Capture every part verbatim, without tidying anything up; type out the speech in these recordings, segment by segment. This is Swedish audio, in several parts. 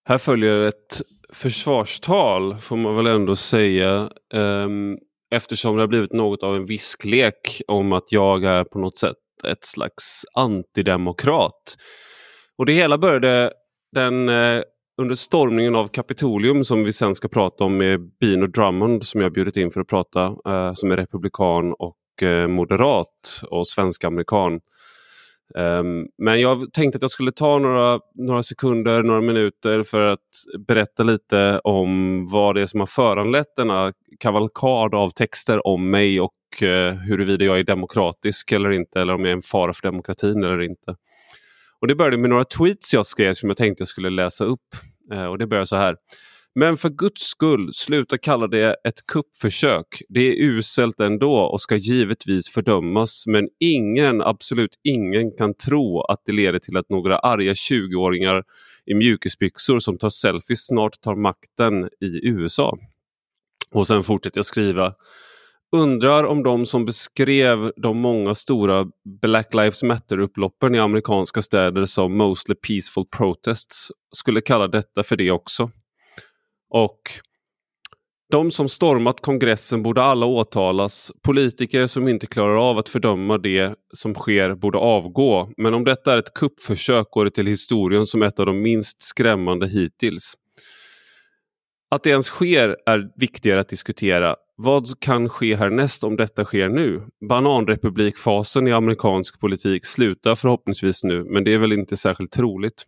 Här följer ett försvarstal, får man väl ändå säga, um, eftersom det har blivit något av en visklek om att jag är på något sätt ett slags antidemokrat. Och det hela började den, uh, under stormningen av Kapitolium, som vi sen ska prata om med Beano Drummond, som jag bjudit in för att prata, uh, som är republikan och uh, moderat och svensk-amerikan. Um, men jag tänkte att jag skulle ta några, några sekunder, några minuter för att berätta lite om vad det är som har föranlett denna kavalkad av texter om mig och uh, huruvida jag är demokratisk eller inte, eller om jag är en fara för demokratin eller inte. Och det började med några tweets jag skrev som jag tänkte jag skulle läsa upp. Uh, och det börjar så här. Men för Guds skull, sluta kalla det ett kuppförsök. Det är uselt ändå och ska givetvis fördömas. Men ingen, absolut ingen kan tro att det leder till att några arga tjugoåringar i mjukisbyxor som tar selfies snart tar makten i U S A. Och sen fortsätter jag skriva. Undrar om de som beskrev de många stora Black Lives Matter-upploppen i amerikanska städer som mostly peaceful protests skulle kalla detta för det också. Och de som stormat kongressen borde alla åtalas. Politiker som inte klarar av att fördöma det som sker borde avgå. Men om detta är ett kuppförsök går det till historien som ett av de minst skrämmande hittills. Att det ens sker är viktigare att diskutera. Vad kan ske härnäst om detta sker nu? Bananrepublikfasen i amerikansk politik slutar förhoppningsvis nu, men det är väl inte särskilt troligt.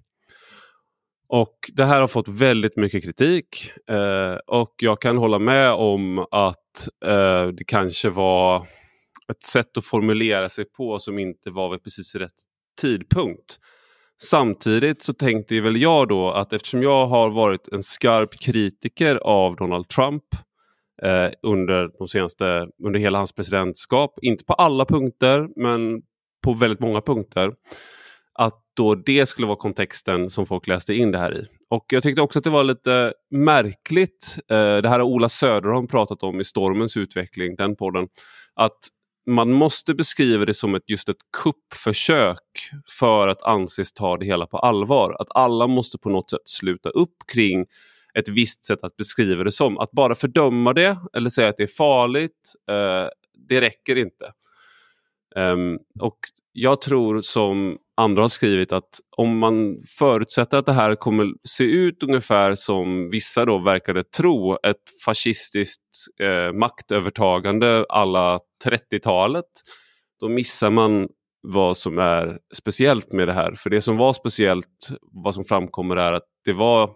Och det här har fått väldigt mycket kritik eh, och jag kan hålla med om att eh, det kanske var ett sätt att formulera sig på som inte var vid precis rätt tidpunkt. Samtidigt så tänkte ju väl jag då att eftersom jag har varit en skarp kritiker av Donald Trump eh, under de senaste, under hela hans presidentskap, inte på alla punkter men på väldigt många punkter, att då det skulle vara kontexten som folk läste in det här i. Och jag tyckte också att det var lite märkligt, eh, det här har Ola Söderholm pratat om i Stormens utveckling, den podden, att man måste beskriva det som ett, just ett kuppförsök för att anses ta det hela på allvar. Att alla måste på något sätt sluta upp kring ett visst sätt att beskriva det som. Att bara fördöma det eller säga att det är farligt, eh, det räcker inte. Um, och jag tror som andra har skrivit att om man förutsätter att det här kommer se ut ungefär som vissa då verkade tro, ett fascistiskt eh, maktövertagande alla trettiotalet, då missar man vad som är speciellt med det här. För det som var speciellt, vad som framkommer är att det var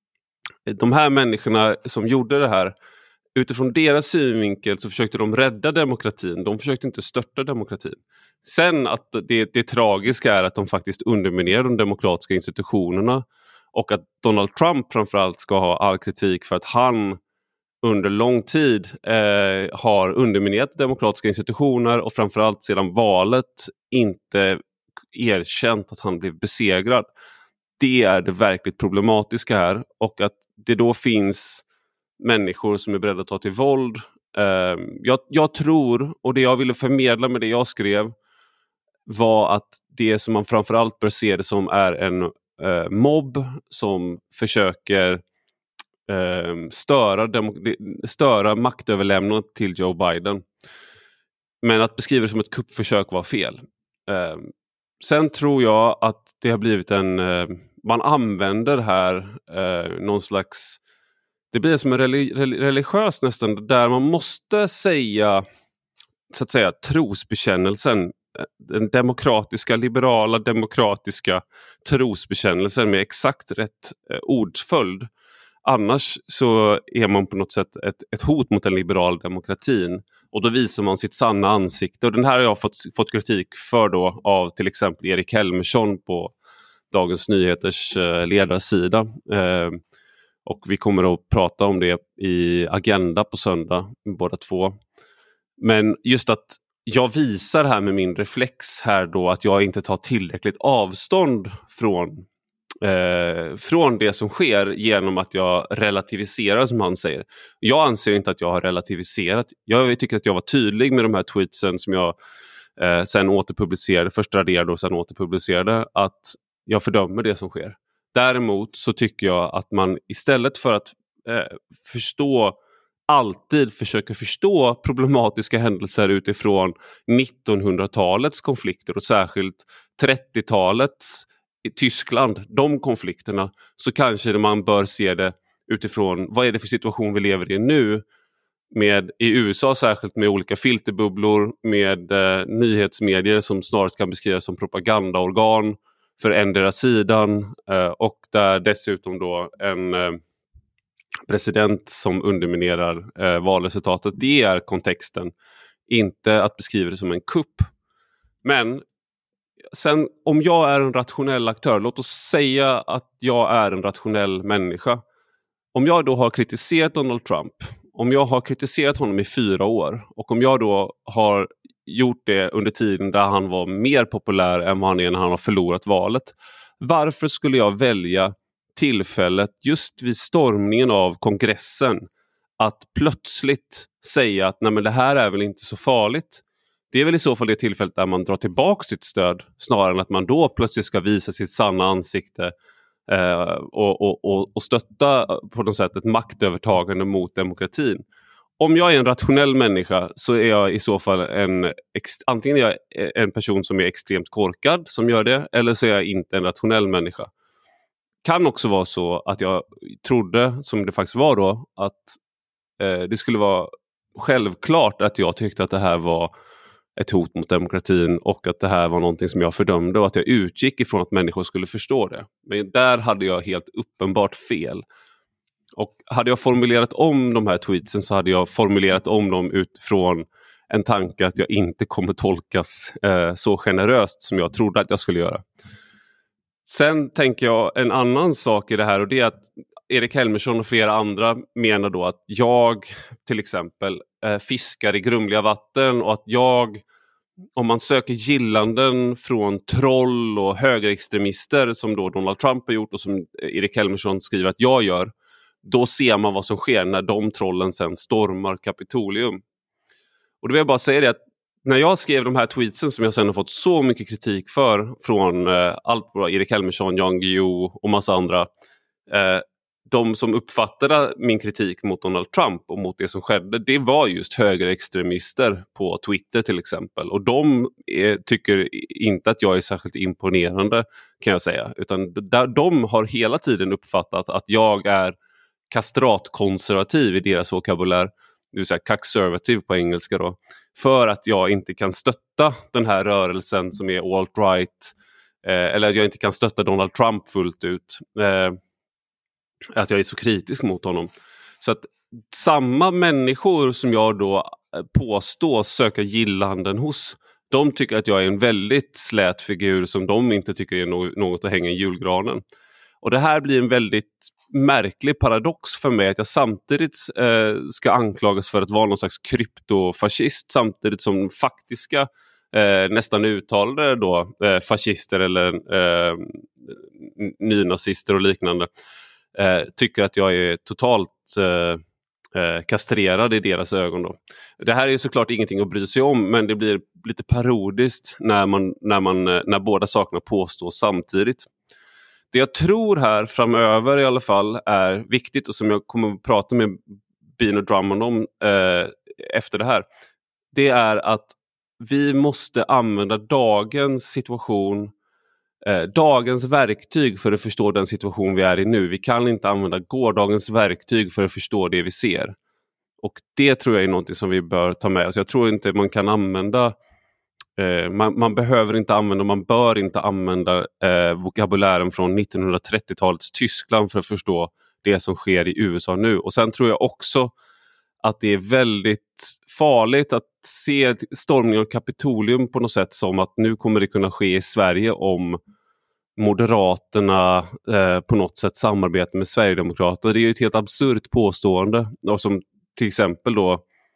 de här människorna som gjorde det här, utifrån deras synvinkel så försökte de rädda demokratin. De försökte inte störta demokratin. Sen att det, det tragiska är att de faktiskt underminerar de demokratiska institutionerna. Och att Donald Trump framförallt ska ha all kritik för att han under lång tid eh, har underminerat demokratiska institutioner. Och framförallt sedan valet inte erkänt att han blev besegrad. Det är det verkligt problematiska här. Och att det då finns människor som är beredda att ta till våld. Uh, jag, jag tror, och det jag ville förmedla med det jag skrev, var att det som man framförallt bör se det som är en uh, mobb som försöker uh, störa, demo- störa maktöverlämnandet till Joe Biden. Men att beskriva det som ett kuppförsök var fel. Uh, sen tror jag att det har blivit en... Uh, man använder här uh, någon slags... Det blir som en religiös nästan, där man måste säga, så att säga, trosbekännelsen, den demokratiska, liberala, demokratiska trosbekännelsen med exakt rätt eh, ordsföljd. Annars så är man på något sätt ett, ett hot mot den liberala demokratin. Och då visar man sitt sanna ansikte. Och den här har jag fått, fått kritik för då av till exempel Erik Helmersson på Dagens Nyheters eh, ledarsida. Eh, Och vi kommer att prata om det i Agenda på söndag, båda två. Men just att jag visar här med min reflex här då att jag inte tar tillräckligt avstånd från, eh, från det som sker genom att jag relativiserar, som han säger. Jag anser inte att jag har relativiserat. Jag tycker att jag var tydlig med de här tweetsen som jag eh, sen återpublicerade, först raderade och sen återpublicerade, att jag fördömer det som sker. Däremot så tycker jag att man istället för att eh, förstå, alltid försöker förstå problematiska händelser utifrån nittonhundratalets konflikter och särskilt trettiotalets i Tyskland, de konflikterna, så kanske man bör se det utifrån vad är det för situation vi lever i nu, med i U S A särskilt med olika filterbubblor, med eh, nyhetsmedier som snarare kan beskrivas som propagandaorgan för endera sidan, eh, och där dessutom då en eh, president som underminerar eh, valresultatet. Det är kontexten, inte att beskriva det som en kupp. Men sen om jag är en rationell aktör, låt oss säga att jag är en rationell människa. Om jag då har kritiserat Donald Trump, om jag har kritiserat honom i fyra år och om jag då har gjort det under tiden där han var mer populär än vad han är när han har förlorat valet. Varför skulle jag välja tillfället just vid stormningen av kongressen att plötsligt säga att nej, men det här är väl inte så farligt? Det är väl i så fall det tillfället där man drar tillbaka sitt stöd snarare än att man då plötsligt ska visa sitt sanna ansikte eh, och, och, och, och stötta på något sätt ett maktövertagande mot demokratin. Om jag är en rationell människa så är jag i så fall en, ex, antingen är jag en person som är extremt korkad som gör det, eller så är jag inte en rationell människa. Kan också vara så att jag trodde, som det faktiskt var då, att eh, det skulle vara självklart att jag tyckte att det här var ett hot mot demokratin och att det här var någonting som jag fördömde och att jag utgick ifrån att människor skulle förstå det. Men där hade jag helt uppenbart fel. Och hade jag formulerat om de här tweetsen så hade jag formulerat om dem utifrån en tanke att jag inte kommer tolkas eh, så generöst som jag trodde att jag skulle göra. Sen tänker jag en annan sak i det här, och det är att Erik Helmersson och flera andra menar då att jag till exempel eh, fiskar i grumliga vatten och att jag, om man söker gillanden från troll och högerextremister som då Donald Trump har gjort och som Erik Helmersson skriver att jag gör, då ser man vad som sker när de trollen sen stormar Kapitolium. Och då vill jag bara säga det att när jag skrev de här tweetsen som jag sen har fått så mycket kritik för från eh, allt från Erik Helmersson, Jan Guillou och massa andra, eh, de som uppfattade min kritik mot Donald Trump och mot det som skedde, det var just högerextremister på Twitter till exempel. Och de är, tycker inte att jag är särskilt imponerande, kan jag säga. Utan där, de har hela tiden uppfattat att jag är kastratkonservativ i deras vokabulär, det vill säga conservative på engelska då, för att jag inte kan stötta den här rörelsen som är alt-right, eh, eller att jag inte kan stötta Donald Trump fullt ut. Eh, att jag är så kritisk mot honom. Så att samma människor som jag då påstår söka gillanden hos, de tycker att jag är en väldigt slät figur som de inte tycker är no- något att hänga i julgranen. Och det här blir en väldigt märklig paradox för mig, att jag samtidigt eh, ska anklagas för att vara någon slags kryptofascist samtidigt som faktiska eh, nästan uttalade då eh, fascister eller eh, nynazister och liknande Eh, tycker att jag är totalt eh, eh, kastrerad i deras ögon då. Det här är såklart ingenting att bry sig om, men det blir lite parodiskt när, man, när, man, när båda sakerna påstås samtidigt. Det jag tror här framöver i alla fall är viktigt och som jag kommer att prata med Bino Drummond om eh, efter det här, det är att vi måste använda dagens situation, Eh, dagens verktyg för att förstå den situation vi är i nu. Vi kan inte använda gårdagens verktyg för att förstå det vi ser. Och det tror jag är något som vi bör ta med oss. Jag tror inte man kan använda, eh, man, man behöver inte använda, man bör inte använda eh, vokabulären från nittonhundratrettiotalets Tyskland för att förstå det som sker i U S A nu. Och sen tror jag också att det är väldigt farligt att se stormningen av Kapitolium på något sätt som att nu kommer det kunna ske i Sverige om Moderaterna eh, på något sätt samarbetar med Sverigedemokraterna. Det är ju ett helt absurt påstående. Och som till exempel då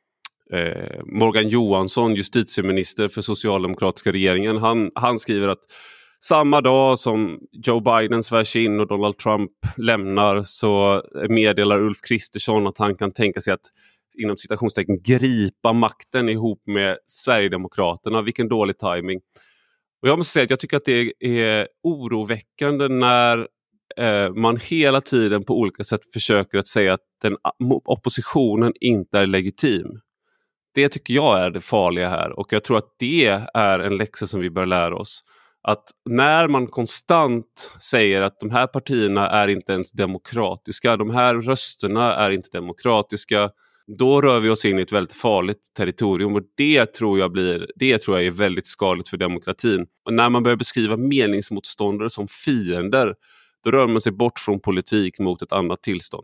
eh, Morgan Johansson, justitieminister för socialdemokratiska regeringen, han, han skriver att samma dag som Joe Biden svärs in och Donald Trump lämnar så meddelar Ulf Kristersson att han kan tänka sig att inom citationstecken gripa makten ihop med Sverigedemokraterna. Vilken dålig timing. Och jag måste säga att jag tycker att det är oroväckande när eh, man hela tiden på olika sätt försöker att säga att den oppositionen inte är legitim. Det tycker jag är det farliga här, och jag tror att det är en läxa som vi bör lära oss. Att när man konstant säger att de här partierna är inte ens demokratiska, de här rösterna är inte demokratiska, då rör vi oss in i ett väldigt farligt territorium, och det tror jag blir, det tror jag är väldigt skadligt för demokratin. Och när man börjar beskriva meningsmotståndare som fiender, då rör man sig bort från politik mot ett annat tillstånd.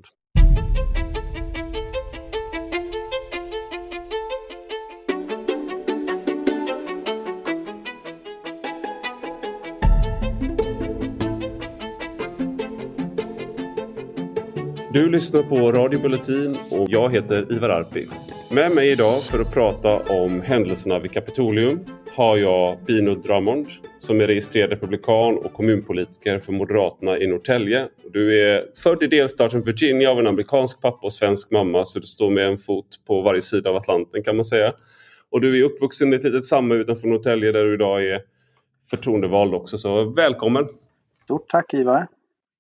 Du lyssnar på Radio Bulletin och jag heter Ivar Arpi. Med mig idag för att prata om händelserna vid Kapitolium har jag Bino Drummond som är registrerad republikan och kommunpolitiker för Moderaterna i Norrtälje. Du är född i delstaten Virginia av en amerikansk pappa och svensk mamma, så du står med en fot på varje sida av Atlanten kan man säga. Och du är uppvuxen i ett litet samhälle utanför Norrtälje där du idag är förtroendevald också, så välkommen! Stort tack Ivar!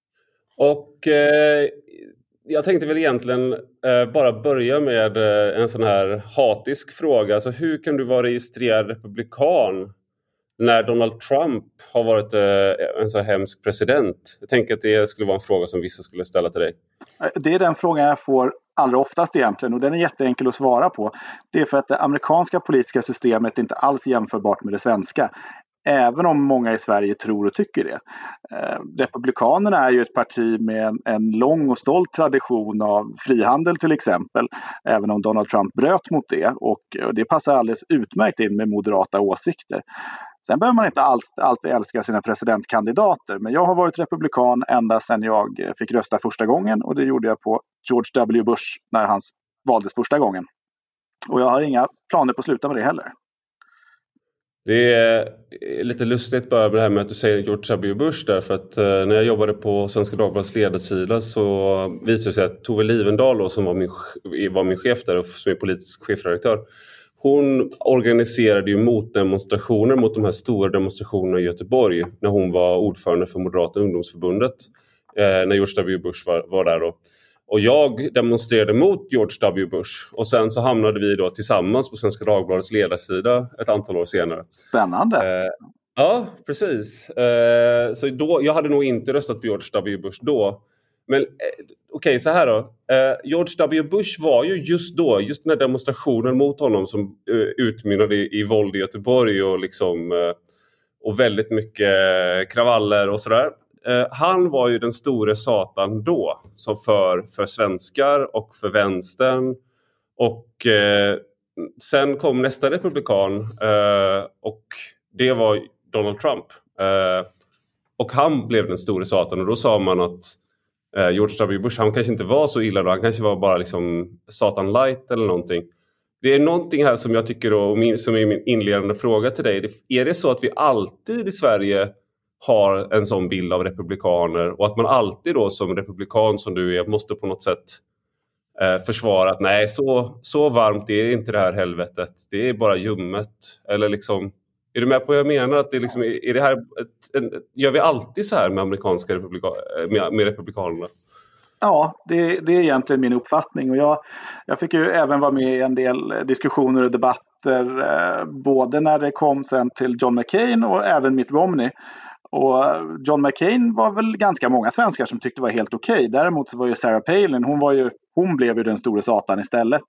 Och eh, jag tänkte väl egentligen eh, bara börja med eh, en sån här hatisk fråga. Alltså, hur kan du vara registrerad republikan när Donald Trump har varit eh, en så hemsk president? Jag tänker att det skulle vara en fråga som vissa skulle ställa till dig. Det är den frågan jag får allra oftast egentligen, och den är jätteenkel att svara på. Det är för att det amerikanska politiska systemet är inte alls jämförbart med det svenska. Även om många i Sverige tror och tycker det. Eh, Republikanerna är ju ett parti med en, en lång och stolt tradition av frihandel till exempel. Även om Donald Trump bröt mot det. Och, och det passar alldeles utmärkt in med moderata åsikter. Sen behöver man inte alls, alltid älska sina presidentkandidater. Men jag har varit republikan ända sedan jag fick rösta första gången. Och det gjorde jag på George W. Bush när han valdes första gången. Och jag har inga planer på att sluta med det heller. Det är lite lustigt bara med det här med att du säger George W. Bush, därför att eh, när jag jobbade på Svenska Dagbladets ledarsida så visade det sig att Tove Livendal då, som var min, var min chef där och som är politisk chefredaktör, hon organiserade ju motdemonstrationer mot de här stora demonstrationerna i Göteborg när hon var ordförande för Moderata ungdomsförbundet, eh, när George W. Bush var, var där då. Och jag demonstrerade mot George W. Bush. Och sen så hamnade vi då tillsammans på Svenska Dagbladets ledarsida ett antal år senare. Spännande. Eh, ja, precis. Eh, så då, jag hade nog inte röstat på George W. Bush då. Men eh, okej, okay, så här då. Eh, George W. Bush var ju just då, just den här demonstrationen mot honom som eh, utmynnade i, i våld i Göteborg och, liksom, eh, och väldigt mycket kravaller och sådär. Uh, han var ju den store satan då, som för, för svenskar och för vänstern. Och uh, sen kom nästa republikan uh, och det var Donald Trump. Uh, och han blev den store satan, och då sa man att uh, George W. Bush, han kanske inte var så illa då, han kanske var bara liksom satan light eller någonting. Det är någonting här som jag tycker då, och min, som är min inledande fråga till dig. Det, är det så att vi alltid i Sverige har en sån bild av republikaner, och att man alltid då som republikan som du är måste på något sätt eh, försvara att nej, så, så varmt är inte det här helvetet, det är bara ljummet, eller liksom, är du med på vad jag menar? Att det liksom, är det här ett, en, gör vi alltid så här med amerikanska republika, med, med republikanerna? Ja, det, det är egentligen min uppfattning, och jag, jag fick ju även vara med i en del diskussioner och debatter eh, både när det kom sen till John McCain och även Mitt Romney. Och John McCain var väl ganska många svenskar som tyckte var helt okej. Okay. Däremot så var ju Sarah Palin, hon, var ju, hon blev ju den stora satan istället.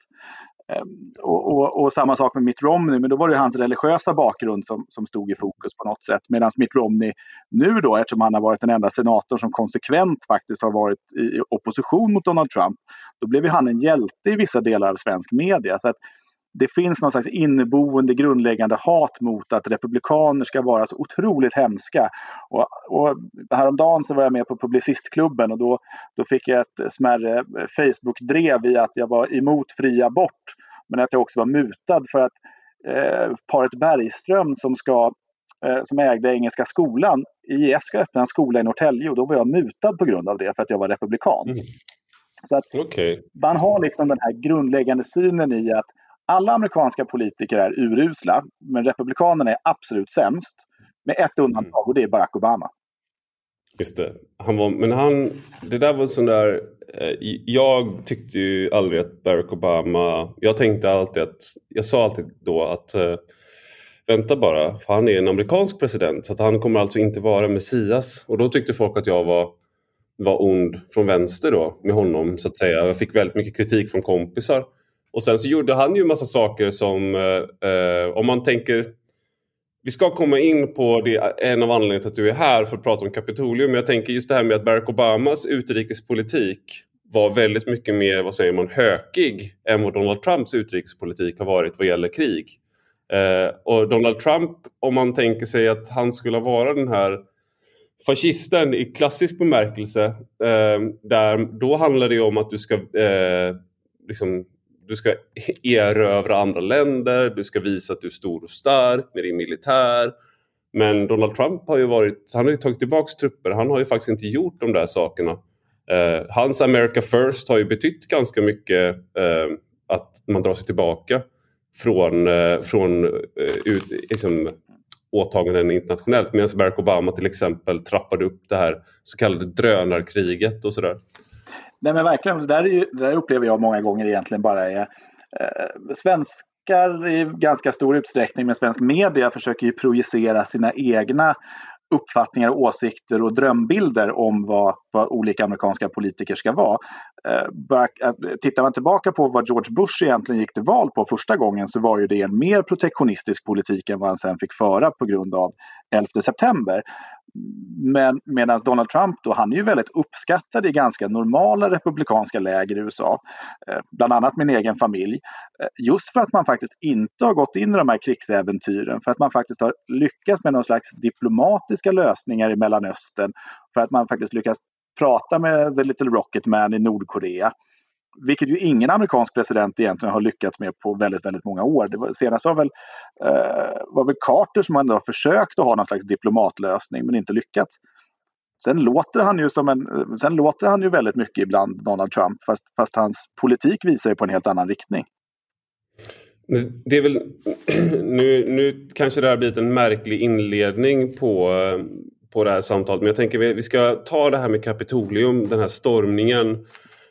Um, och, och, och samma sak med Mitt Romney, men då var det hans religiösa bakgrund som, som stod i fokus på något sätt. Medan Mitt Romney nu då, eftersom han har varit den enda senatorn som konsekvent faktiskt har varit i opposition mot Donald Trump, då blev ju han en hjälte i vissa delar av svensk media. Så att det finns någon slags inneboende grundläggande hat mot att republikaner ska vara så otroligt hemska. Och, och häromdagen så var jag med på Publicistklubben, och då, då fick jag ett smärre Facebook-drev i att jag var emot fri abort, men att jag också var mutad för att eh, paret Bergström som, ska, eh, som ägde Engelska skolan, I S ska öppna en skola i Norrtälje, och då var jag mutad på grund av det för att jag var republikan. Mm. Så att okay. Man har liksom den här grundläggande synen i att alla amerikanska politiker är urusla, men republikanerna är absolut sämst. Med ett undantag, och det är Barack Obama. Just det. Han var, men han, det där var sån där, eh, jag tyckte ju aldrig att Barack Obama, jag tänkte alltid att, jag sa alltid då att eh, vänta bara, för han är en amerikansk president så att han kommer alltså inte vara Messias. Och då tyckte folk att jag var, var ond från vänster då med honom så att säga. Jag fick väldigt mycket kritik från kompisar. Och sen så gjorde han ju en massa saker som, eh, om man tänker, vi ska komma in på det, en av anledningarna till att du är här för att prata om Kapitolium. Men jag tänker just det här med att Barack Obamas utrikespolitik var väldigt mycket mer, vad säger man, hökig än vad Donald Trumps utrikespolitik har varit vad gäller krig. Eh, och Donald Trump, om man tänker sig att han skulle vara den här fascisten i klassisk bemärkelse, eh, där, då handlar det om att du ska eh, liksom, du ska erövra andra länder, du ska visa att du är stor och stark med din militär. Men Donald Trump har ju varit, han har ju tagit tillbaka trupper, han har ju faktiskt inte gjort de där sakerna. Eh, hans America First har ju betytt ganska mycket eh, att man drar sig tillbaka från, eh, från eh, ut, liksom, åtaganden internationellt. Medan Barack Obama till exempel trappade upp det här så kallade drönarkriget och sådär. Nej men verkligen, det där, är ju, det där upplever jag många gånger egentligen bara är eh, svenskar i ganska stor utsträckning med svensk media försöker ju projicera sina egna uppfattningar, åsikter och drömbilder om vad, vad olika amerikanska politiker ska vara. Eh, bara, eh, tittar man tillbaka på vad George Bush egentligen gick till val på första gången så var ju det en mer protektionistisk politik än vad han sen fick föra på grund av elfte september. Men medan Donald Trump då, han är ju väldigt uppskattad i ganska normala republikanska läger i U S A. Eh, bland annat min egen familj. Eh, just för att man faktiskt inte har gått in i de här krigsäventyren. För att man faktiskt har lyckats med någon slags diplomatiska lösningar i Mellanöstern. För att man faktiskt lyckas prata med The Little Rocket Man i Nordkorea. Vilket ju ingen amerikansk president egentligen har lyckats med på väldigt, väldigt många år. Det var, senast var väl, eh, var väl Carter som ändå har försökt att ha någon slags diplomatlösning men inte lyckats. Sen låter han ju, som en, sen låter han ju väldigt mycket ibland, Donald Trump, fast, fast hans politik visar ju på en helt annan riktning. Det är väl, nu, nu kanske det har blivit en märklig inledning på, på det här samtalet, men jag tänker vi, vi ska ta det här med Kapitolium, den här stormningen.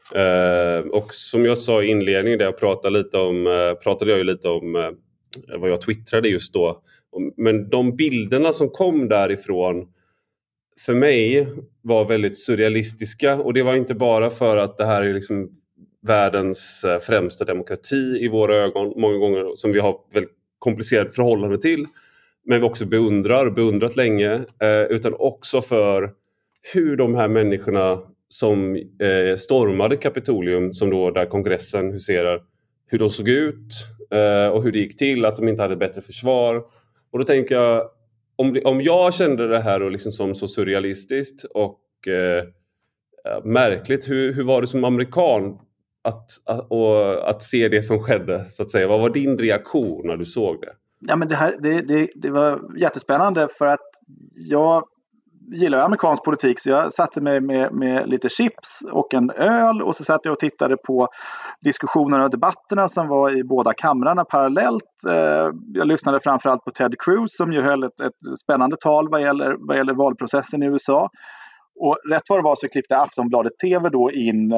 Uh, och som jag sa i inledningen där jag pratade lite om uh, pratade jag ju lite om uh, vad jag twittrade just då. Men de bilderna som kom därifrån för mig var väldigt surrealistiska, och det var inte bara för att det här är liksom världens uh, främsta demokrati i våra ögon många gånger som vi har väldigt komplicerat förhållande till, men vi också beundrar och beundrat länge, uh, utan också för hur de här människorna som eh, stormade Kapitolium, som då där kongressen huserar, hur de såg ut eh, och hur det gick till, att de inte hade bättre försvar. Och då tänker jag, om, det, om jag kände det här och liksom som så surrealistiskt och eh, märkligt, hur, hur var det som amerikan att, att, och, att se det som skedde, så att säga? Vad var din reaktion när du såg det? Ja, men det, här, det, det, det var jättespännande för att jag gillar amerikansk politik, så jag satte mig med, med lite chips och en öl och så satt jag och tittade på diskussionerna och debatterna som var i båda kamrarna parallellt. Jag lyssnade framförallt på Ted Cruz som ju höll ett, ett spännande tal vad gäller, vad gäller valprocessen i U S A. Och rätt vad det var så klippte Aftonbladet T V då in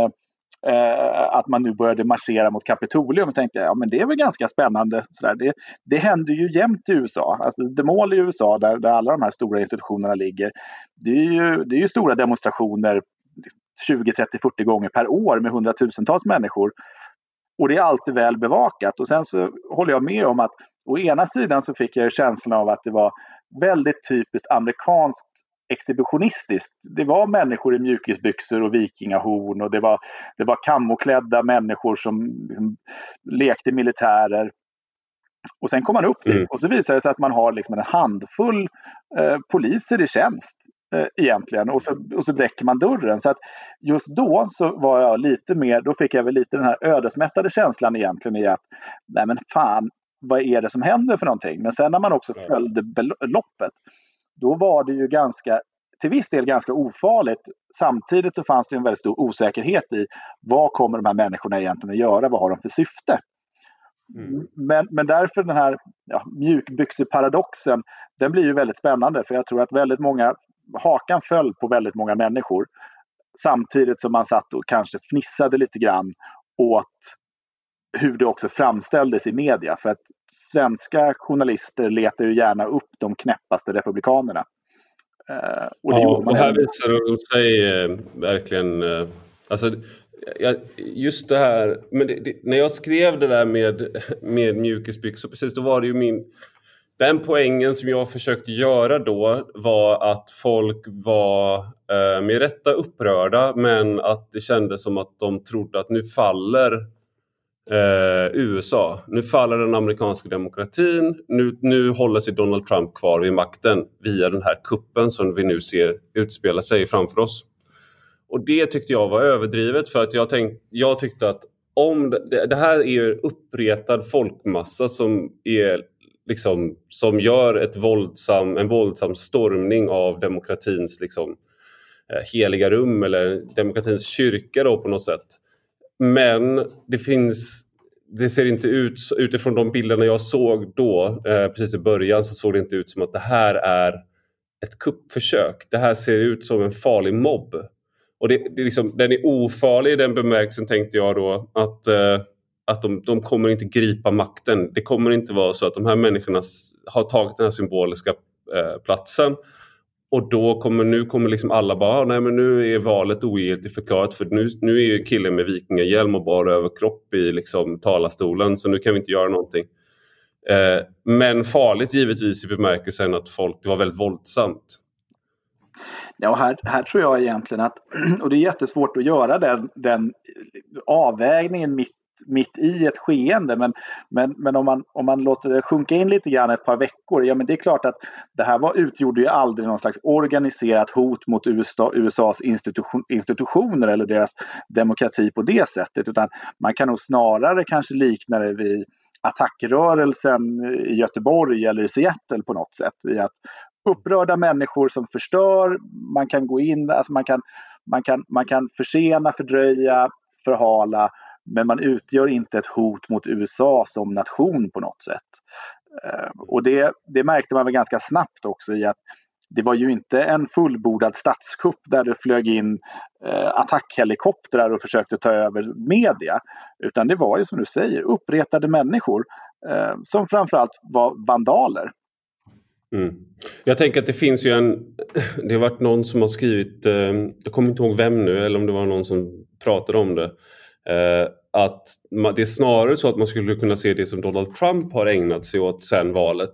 eh, att man nu började marschera mot Kapitolium, och tänkte ja men det är väl ganska spännande. Sådär. Det, det händer ju jämt i U S A. Alltså det mål i U S A där, där alla de här stora institutionerna ligger, det är ju, det är ju stora demonstrationer tjugo, trettio, fyrtio gånger per år med hundratusentals människor. Och det är alltid väl bevakat. Och sen så håller jag med om att å ena sidan så fick jag känslan av att det var väldigt typiskt amerikanskt exhibitionistiskt. Det var människor i mjukisbyxor och vikingahorn, och det var, det var kamoklädda människor som liksom lekte militärer. Och sen kom man upp dit mm. och så visade det sig att man har liksom en handfull eh, poliser i tjänst eh, egentligen, och så, och så bräcker man dörren. Så att just då så var jag lite mer, då fick jag väl lite den här ödesmättade känslan egentligen i att nej men fan, vad är det som händer för någonting? Men sen när man också följde loppet, då var det ju ganska, till viss del ganska ofarligt. Samtidigt så fanns det en väldigt stor osäkerhet i vad kommer de här människorna egentligen att göra, vad har de för syfte? Mm. Men, men därför den här ja, mjukbyxeparadoxen, den blir ju väldigt spännande, för jag tror att väldigt många hakan föll på väldigt många människor. Samtidigt som man satt och kanske fnissade lite grann åt hur det också framställdes i media. För att svenska journalister letar ju gärna upp de knäppaste republikanerna. Uh, och det ja, och här visar de sig eh, verkligen... Eh, alltså, jag, just det här... Men det, det, när jag skrev det där med, med mjukisbyxor, precis då var det ju min... Den poängen som jag försökte göra då var att folk var eh, med rätta upprörda, men att det kändes som att de trodde att nu faller eh, U S A. Nu faller den amerikanska demokratin. Nu, nu håller sig Donald Trump kvar vid makten via den här kuppen som vi nu ser utspela sig framför oss. Och det tyckte jag var överdrivet, för att jag, tänk, jag tyckte att om det, det här är ju uppretad folkmassa som är... Liksom, som gör ett våldsam, en våldsam stormning av demokratins liksom, eh, heliga rum eller demokratins kyrka då, på något sätt. Men det finns, det ser inte ut, utifrån de bilderna jag såg då, eh, precis i början, så såg det inte ut som att det här är ett kuppförsök. Det här ser ut som en farlig mobb. Och det, det är liksom, den är ofarlig i den bemärkelsen, tänkte jag då, att... Eh, att de, de kommer inte gripa makten. Det kommer inte vara så att de här människorna har tagit den här symboliska eh, platsen. Och då kommer, nu kommer liksom alla bara, nej men nu är valet ogiltigt förklarat. För nu, nu är ju killen med vikingahjälm och bara överkropp i liksom talarstolen. Så nu kan vi inte göra någonting. Eh, men farligt givetvis i bemärkelsen att folk, det var väldigt våldsamt. Ja, här, här tror jag egentligen att, och det är jättesvårt att göra den, den avvägningen mitt mitt i ett skeende, men, men, men om, man, om man låter det sjunka in lite grann ett par veckor, ja men det är klart att det här var, utgjorde ju aldrig någon slags organiserat hot mot U S A, U S A:s institution, institutioner eller deras demokrati på det sättet, utan man kan nog snarare kanske likna det vid attackrörelsen i Göteborg eller i Seattle på något sätt, i att upprörda människor som förstör, man kan gå in, alltså man kan, man kan, man kan försena, fördröja, förhala, men man utgör inte ett hot mot U S A som nation på något sätt. Och det, det märkte man väl ganska snabbt också i att det var ju inte en fullbordad statskupp där det flög in eh, attackhelikoptrar och försökte ta över media. Utan det var ju som du säger upprepade människor eh, som framförallt var vandaler. Mm. Jag tänker att det finns ju en, det har varit någon som har skrivit, eh, jag kommer inte ihåg vem nu, eller om det var någon som pratade om det. Uh, att man, det är snarare så att man skulle kunna se det som Donald Trump har ägnat sig åt sen valet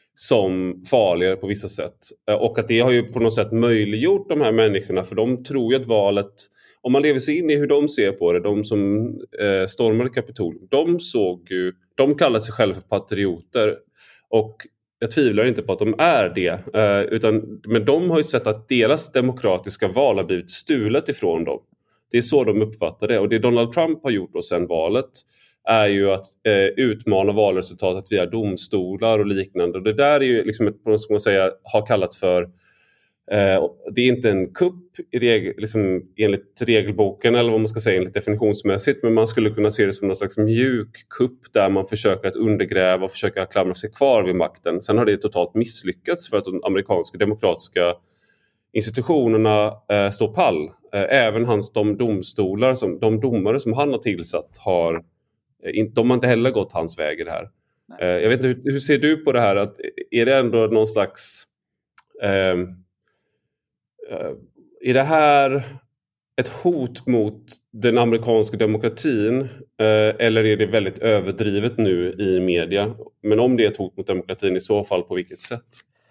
som farligare på vissa sätt. Uh, och att det har ju på något sätt möjliggjort de här människorna, för de tror ju att valet, om man lever sig in i hur de ser på det, de som uh, stormade Kapitolium, de såg ju, de kallar sig själva för patrioter, och jag tvivlar inte på att de är det, uh, utan, men de har ju sett att deras demokratiska val har blivit stulet ifrån dem. Det är så de uppfattar det. Och det Donald Trump har gjort då sedan valet är ju att eh, utmana valresultatet via domstolar och liknande. Och det där är ju liksom ett, vad ska man säga, har kallats för eh, det är inte en kupp i regel, liksom, enligt regelboken eller vad man ska säga enligt definitionsmässigt, men man skulle kunna se det som någon slags mjuk kupp där man försöker att undergräva och försöka klamra sig kvar vid makten. Sen har det totalt misslyckats för att de amerikanska demokratiska institutionerna eh, står pall. Eh, även hans de domstolar som, de domare som han har tillsatt har eh, in, de har inte heller gått hans väg i det här. Eh, jag vet inte, hur, hur ser du på det här? Att, är det ändå någon slags eh, eh, är det här ett hot mot den amerikanska demokratin eh, eller är det väldigt överdrivet nu i media? Men om det är ett hot mot demokratin, i så fall på vilket sätt?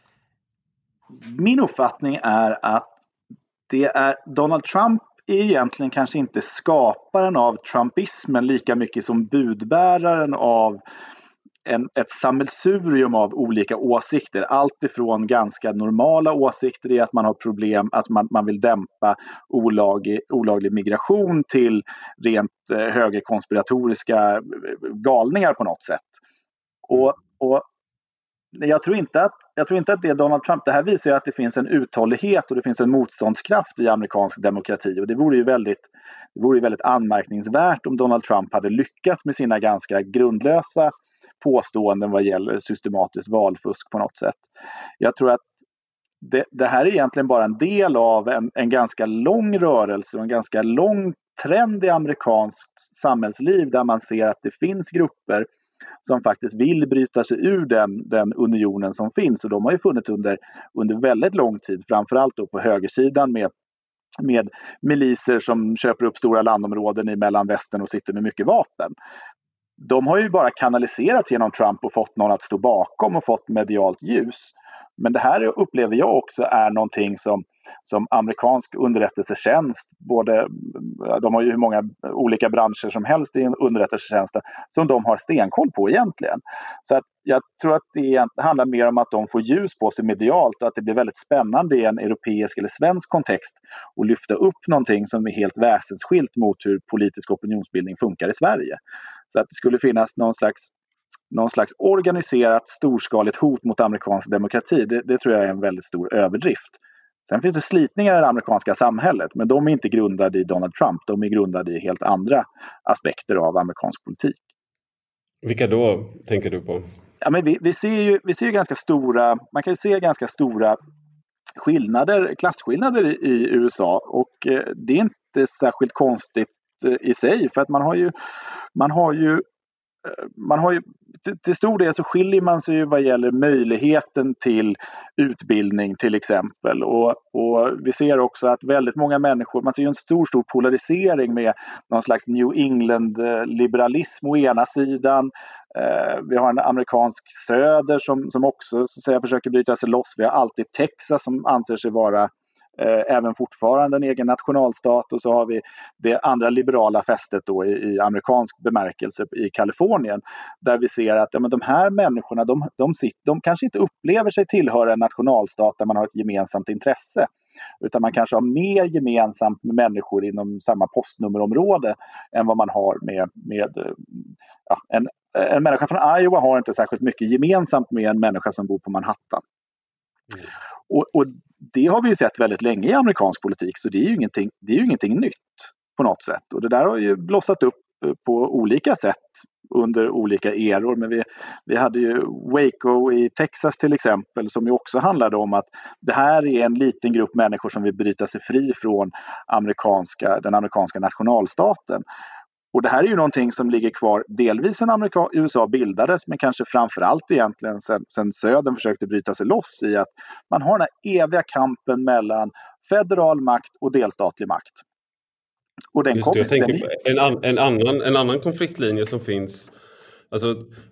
Min uppfattning är att det är Donald Trump är egentligen kanske inte skaparen av trumpismen lika mycket som budbäraren av en, ett sammelsurium av olika åsikter. Allt ifrån ganska normala åsikter i att man har problem, alltså man, man vill dämpa olaglig, olaglig migration, till rent eh, högerkonspiratoriska galningar på något sätt. Och, och Jag tror, inte att, jag tror inte att det är Donald Trump. Det här visar ju att det finns en uthållighet och det finns en motståndskraft i amerikansk demokrati. Och det vore ju väldigt, det vore ju väldigt anmärkningsvärt om Donald Trump hade lyckats med sina ganska grundlösa påståenden vad gäller systematiskt valfusk på något sätt. Jag tror att det, det här är egentligen bara en del av en, en ganska lång rörelse och en ganska lång trend i amerikanskt samhällsliv där man ser att det finns grupper som faktiskt vill bryta sig ur den, den unionen som finns. Och de har ju funnits under, under väldigt lång tid, framförallt då på högersidan med, med miliser som köper upp stora landområden i Mellanvästern och sitter med mycket vapen. De har ju bara kanaliserats genom Trump och fått någon att stå bakom och fått medialt ljus. Men det här upplever jag också är någonting som, som amerikansk underrättelsetjänst, både, de har ju hur många olika branscher som helst i underrättelsetjänsten, som de har stenkoll på egentligen. Så att jag tror att det handlar mer om att de får ljus på sig medialt och att det blir väldigt spännande i en europeisk eller svensk kontext att lyfta upp någonting som är helt väsensskilt mot hur politisk opinionsbildning funkar i Sverige. Så att det skulle finnas någon slags någon slags organiserat storskaligt hot mot amerikansk demokrati, det, det tror jag är en väldigt stor överdrift. Sen finns det slitningar i det amerikanska samhället, men de är inte grundade i Donald Trump, de är grundade i helt andra aspekter av amerikansk politik. Vilka då tänker du på? Ja, men vi, vi ser ju, vi ser ju ganska stora, man kan ju se ganska stora skillnader, klasskillnader i, i U S A, och eh, det är inte särskilt konstigt eh, i sig, för att man har ju man har ju Man har ju, till stor del så skiljer man sig ju vad gäller möjligheten till utbildning till exempel. Och, och vi ser också att väldigt många människor, man ser ju en stor, stor polarisering med någon slags New England-liberalism å ena sidan. Eh, vi har en amerikansk söder som, som också så att säga, försöker bryta sig loss. Vi har alltid Texas som anser sig vara även fortfarande en egen nationalstat, och så har vi det andra liberala fästet då i, i amerikansk bemärkelse i Kalifornien, där vi ser att ja, men de här människorna de, de, sitter, de kanske inte upplever sig tillhöra en nationalstat där man har ett gemensamt intresse, utan man kanske har mer gemensamt med människor inom samma postnummerområde än vad man har med, med ja, en, en människa från Iowa har inte särskilt mycket gemensamt med en människa som bor på Manhattan. Mm. Och, och det har vi ju sett väldigt länge i amerikansk politik, så det är ju ingenting, det är ju ingenting nytt på något sätt. Och det där har ju blossat upp på olika sätt under olika eror. Men vi, vi hade ju Waco i Texas till exempel, som ju också handlade om att det här är en liten grupp människor som vill bryta sig fri från amerikanska, den amerikanska nationalstaten. Och det här är ju någonting som ligger kvar delvis sedan Amerika- U S A bildades, men kanske framförallt egentligen sedan, sedan södern försökte bryta sig loss, i att man har den här eviga kampen mellan federal makt och delstatlig makt. Och den Just det, jag tänker den... på en, an, en, annan, en annan konfliktlinje som finns. Alltså,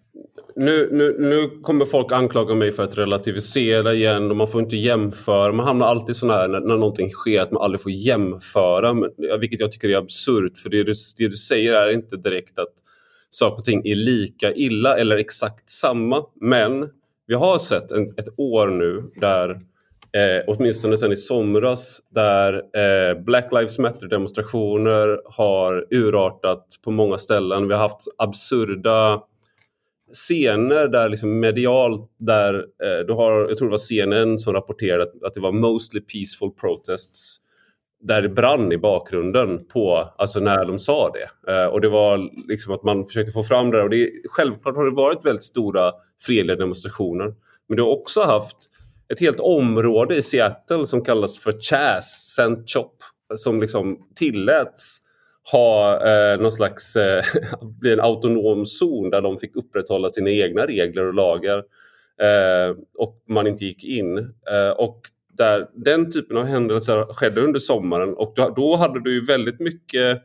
nu, nu, nu kommer folk anklaga mig för att relativisera igen, och man får inte jämföra. Man hamnar alltid sån här när, när någonting sker att man aldrig får jämföra, men, vilket jag tycker är absurt, för det du, det du säger är inte direkt att saker och ting är lika illa eller exakt samma. Men vi har sett en, ett år nu där eh, åtminstone sedan i somras, där eh, Black Lives Matter-demonstrationer har urartat på många ställen. Vi har haft absurda scener där liksom medialt, där eh, du har, jag tror det var C N N som rapporterade att, att det var mostly peaceful protests, där det brann i bakgrunden på, alltså när de sa det. Eh, och det var liksom att man försökte få fram det, och det, självklart har det varit väldigt stora fredliga demonstrationer, men det har också haft ett helt område i Seattle som kallas för Chaz, Saint Chop, som liksom tilläts ha eh, någon slags eh, bli en autonom zon där de fick upprätthålla sina egna regler och lagar, eh, och man inte gick in. Eh, och där den typen av händelser skedde under sommaren, och då, då hade du ju väldigt mycket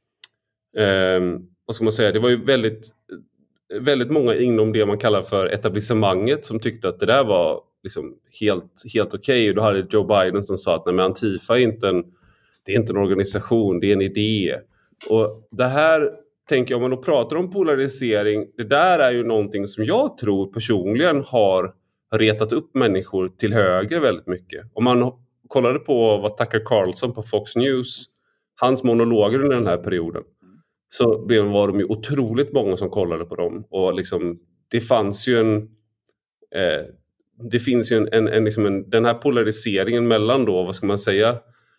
eh, vad ska man säga, det var ju väldigt väldigt många inom det man kallar för etablissemanget som tyckte att det där var liksom helt, helt okej. Okay. Och då hade Joe Biden som sa att nej, men Antifa är inte en, det är inte en organisation, det är en idé. Och det här, tänker jag, om man då pratar om polarisering, det där är ju någonting som jag tror personligen har retat upp människor till höger väldigt mycket. Om man kollade på vad Tucker Carlson på Fox News, hans monologer under den här perioden, så var de ju otroligt många som kollade på dem. Och liksom, det fanns ju en eh, det finns ju en, en, en, liksom en den här polariseringen mellan då, vad ska man säga,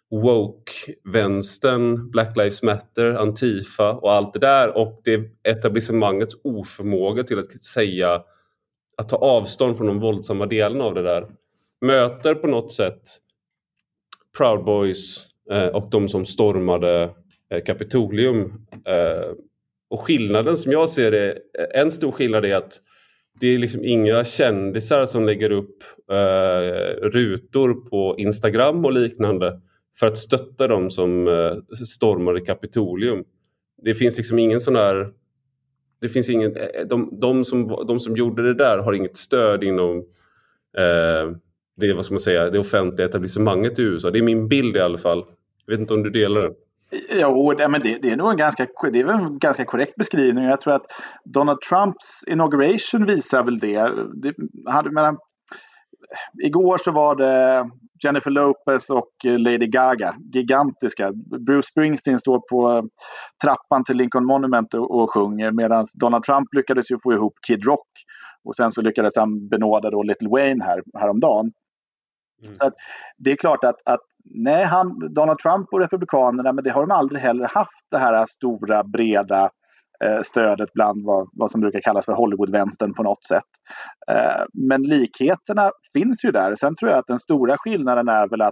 woke-vänstern, Black Lives Matter, Antifa och allt det där, och det etablissemangets oförmåga till att säga, att ta avstånd från de våldsamma delarna av det där. möter på något sätt Proud Boys eh, och de som stormade eh, Kapitolium. Eh, och skillnaden som jag ser det, en stor skillnad är att det är liksom inga kändisar som lägger upp eh, rutor på Instagram och liknande för att stötta dem som eh, stormade Kapitolium. Det finns liksom ingen sån där... Det finns ingen, de, de, som, de som gjorde det där har inget stöd inom eh, det, vad ska man säga, det offentliga etablissemanget i U S A. Det är min bild i alla fall. Jag vet inte om du delar den. Jo, det, men det, det är nog en ganska, det är en ganska korrekt beskrivning. Jag tror att Donald Trumps inauguration visar väl det. det hade, men, igår så var det Jennifer Lopez och Lady Gaga, gigantiska. Bruce Springsteen står på trappan till Lincoln Monument och, och sjunger, medan Donald Trump lyckades ju få ihop Kid Rock. Och sen så lyckades han benåda då Little Wayne här, häromdagen. Mm. Så att det är klart att, att nej, han, Donald Trump och Republikanerna, men det har de aldrig heller haft, det här stora, breda eh, stödet bland vad, vad som brukar kallas för Hollywood-vänstern på något sätt. Eh, men likheterna finns ju där. Sen tror jag att den stora skillnaden är väl att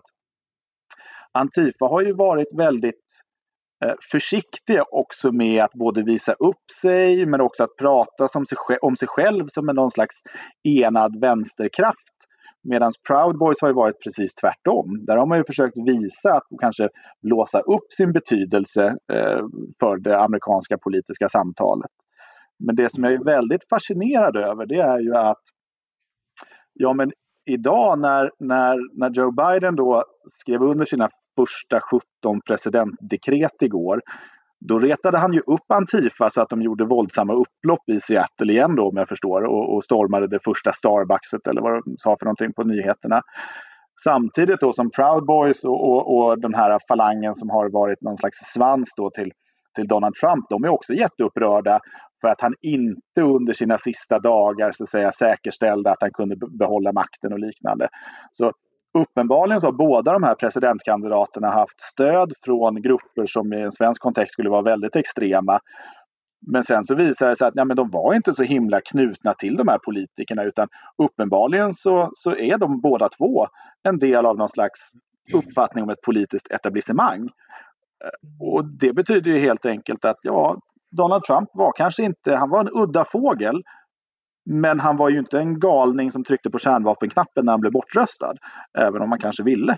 Antifa har ju varit väldigt eh, försiktiga också med att både visa upp sig, men också att prata som sig, om sig själv som en någon slags enad vänsterkraft. Medan Proud Boys har ju varit precis tvärtom. Där har man ju försökt visa att kanske blåsa upp sin betydelse eh, för det amerikanska politiska samtalet. Men det som jag är väldigt fascinerad över, det är ju att ja, men idag när, när, när Joe Biden då skrev under sina första sjutton presidentdekret igår, då retade han ju upp Antifa så att de gjorde våldsamma upplopp i Seattle igen då, om jag förstår, och, och stormade det första Starbuckset eller vad de sa för någonting på nyheterna. Samtidigt då som Proud Boys och, och, och den här falangen som har varit någon slags svans då till, till Donald Trump, de är också jätteupprörda för att han inte under sina sista dagar så att säga säkerställde att han kunde behålla makten och liknande. Så uppenbarligen så har båda de här presidentkandidaterna haft stöd från grupper som i en svensk kontext skulle vara väldigt extrema. Men sen så visar det sig att ja, men de var inte så himla knutna till de här politikerna, utan uppenbarligen så, så är de båda två en del av någon slags uppfattning om ett politiskt etablissemang. Och det betyder ju helt enkelt att ja, Donald Trump var kanske inte, han var en udda fågel, men han var ju inte en galning som tryckte på kärnvapenknappen när han blev bortröstad, även om man kanske ville.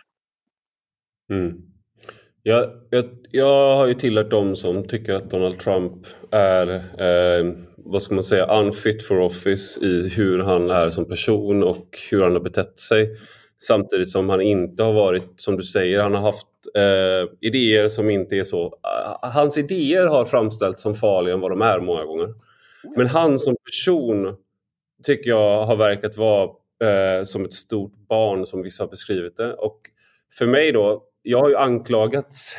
Mm. Jag, jag, jag har ju tillhört dem som tycker att Donald Trump är, eh, vad ska man säga, unfit for office i hur han är som person och hur han har betett sig. Samtidigt som han inte har varit, som du säger, han har haft eh, idéer som inte är så... Uh, hans idéer har framställts som farligare än vad de är många gånger. Men han som person tycker jag har verkat vara eh, som ett stort barn som vissa har beskrivit det. Och för mig då, jag har ju anklagats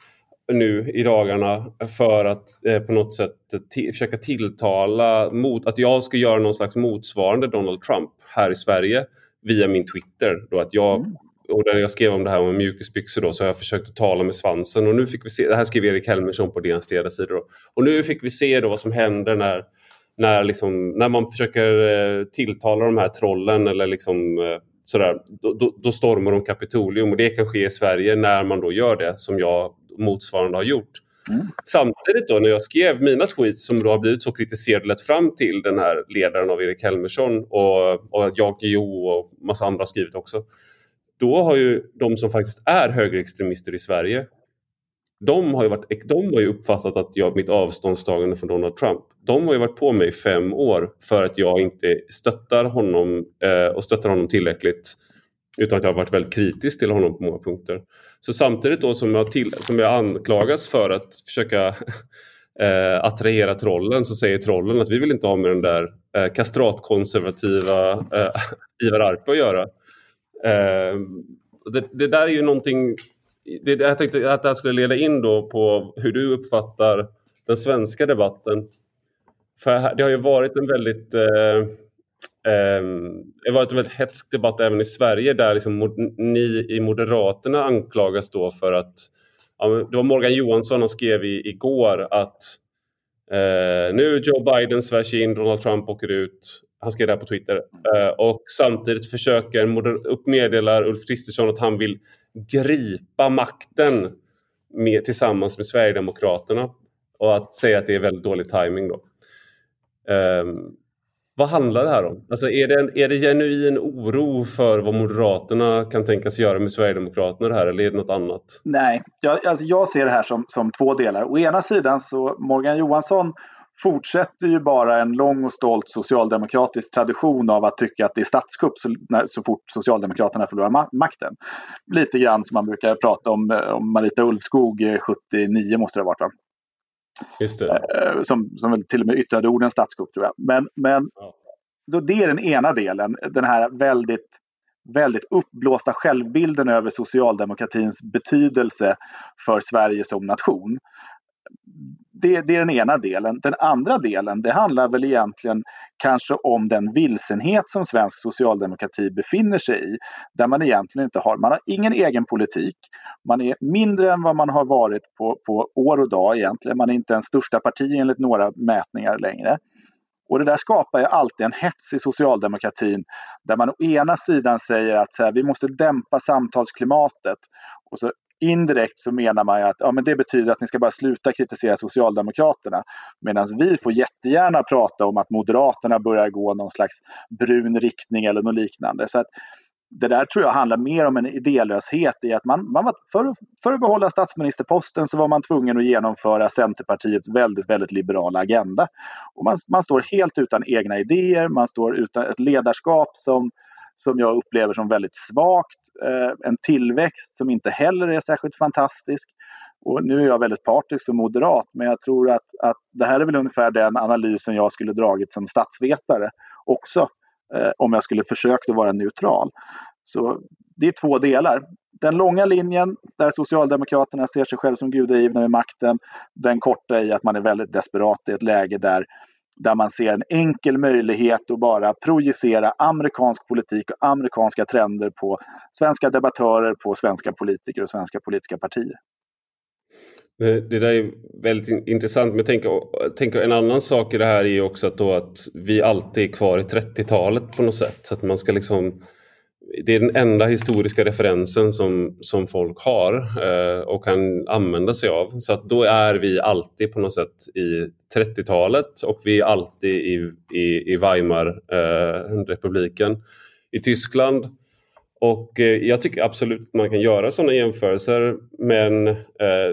nu i dagarna för att eh, på något sätt t- försöka tilltala mot att jag ska göra någon slags motsvarande Donald Trump här i Sverige via min Twitter. Då att jag, mm. och när jag skrev om det här om mjukisbyxor då, så har jag försökt att tala med svansen. Och nu fick vi se, det här skrev Erik Helmersson på D N:s ledarsidor. Och nu fick vi se då vad som händer när När, liksom, när man försöker eh, tilltala de här trollen eller liksom, eh, sådär, då, då, då stormar de Kapitolium. Och det kan ske i Sverige när man då gör det som jag motsvarande har gjort. Mm. Samtidigt då när jag skrev mina tweets som då har blivit så kritiserade lett fram till den här ledaren av Erik Helmersson och, och jag, Jo och massa andra har skrivit också. Då har ju de som faktiskt är högerextremister i Sverige, De har, ju varit, de har ju uppfattat att jag, mitt avståndstagande från Donald Trump, de har ju varit på mig i fem år för att jag inte stöttar honom eh, och stöttar honom tillräckligt, utan att jag har varit väldigt kritisk till honom på många punkter. Så samtidigt då som jag, till, som jag anklagas för att försöka eh, attrahera trollen, så säger trollen att vi vill inte ha med den där eh, kastratkonservativa eh, Ivar Arpe att göra. Eh, det, det där är ju någonting... Det, jag tänkte att det här skulle leda in då på hur du uppfattar den svenska debatten. För det har ju varit en väldigt eh, eh, det har varit en väldigt hetsk debatt även i Sverige, där liksom mod, ni i Moderaterna anklagas då för att, ja, det var Morgan Johansson som skrev i, igår att eh, nu Joe Biden svärs in, Donald Trump åker ut. Han skrev det här på Twitter. Uh, och samtidigt försöker moder- uppmeddelar Ulf Kristersson att han vill gripa makten med, tillsammans med Sverigedemokraterna. Och att säga att det är väldigt dålig timing då. Um, vad handlar det här om? Alltså är det, en, är det genuin oro för vad Moderaterna kan tänkas göra med Sverigedemokraterna det här, eller är det något annat? Nej, jag, alltså jag ser det här som, som två delar. Å ena sidan så Morgan Johansson fortsätter ju bara en lång och stolt socialdemokratisk tradition av att tycka att det är statskupp så, när, så fort Socialdemokraterna förlorar ma- makten. Lite grann som man brukar prata om, om Marita Ulvskog sjuttionio måste det ha varit, va? Just det. Som, som väl till och med yttrade orden statskupp, tror jag. Men, men ja. Så det är den ena delen, den här väldigt, väldigt uppblåsta självbilden över socialdemokratins betydelse för Sverige som nation. Det, det är den ena delen. Den andra delen, det handlar väl egentligen kanske om den vilsenhet som svensk socialdemokrati befinner sig i. Där man egentligen inte har, man har ingen egen politik. Man är mindre än vad man har varit på, på år och dag egentligen. Man är inte en största parti enligt några mätningar längre. Och det där skapar ju alltid en hets i socialdemokratin där man å ena sidan säger att så här, vi måste dämpa samtalsklimatet, och så indirekt så menar man ju att ja, men det betyder att ni ska bara sluta kritisera Socialdemokraterna, medan vi får jättegärna prata om att Moderaterna börjar gå någon slags brun riktning eller något liknande. Så att det där tror jag handlar mer om en idélöshet i att man, man var, för, för att behålla statsministerposten så var man tvungen att genomföra Centerpartiets väldigt, väldigt liberala agenda. Och man, man står helt utan egna idéer, man står utan ett ledarskap som, som jag upplever som väldigt svagt, eh, en tillväxt som inte heller är särskilt fantastisk. Och nu är jag väldigt partisk och moderat, men jag tror att, att det här är väl ungefär den analysen jag skulle dragit som statsvetare också. Eh, om jag skulle försökt att vara neutral. Så det är två delar. Den långa linjen där Socialdemokraterna ser sig själv som gudagivna med makten. Den korta i att man är väldigt desperat i ett läge där, där man ser en enkel möjlighet att bara projicera amerikansk politik och amerikanska trender på svenska debattörer, på svenska politiker och svenska politiska partier. Det där är väldigt intressant, men jag tänker, jag tänker en annan sak i det här är också att, då att vi alltid är kvar i trettiotalet på något sätt. Så att man ska liksom, det är den enda historiska referensen som, som folk har eh, och kan använda sig av. Så att då är vi alltid på något sätt i trettiotalet och vi är alltid i, i, i Weimar-republiken eh, i Tyskland. Och eh, jag tycker absolut att man kan göra sådana jämförelser, men eh,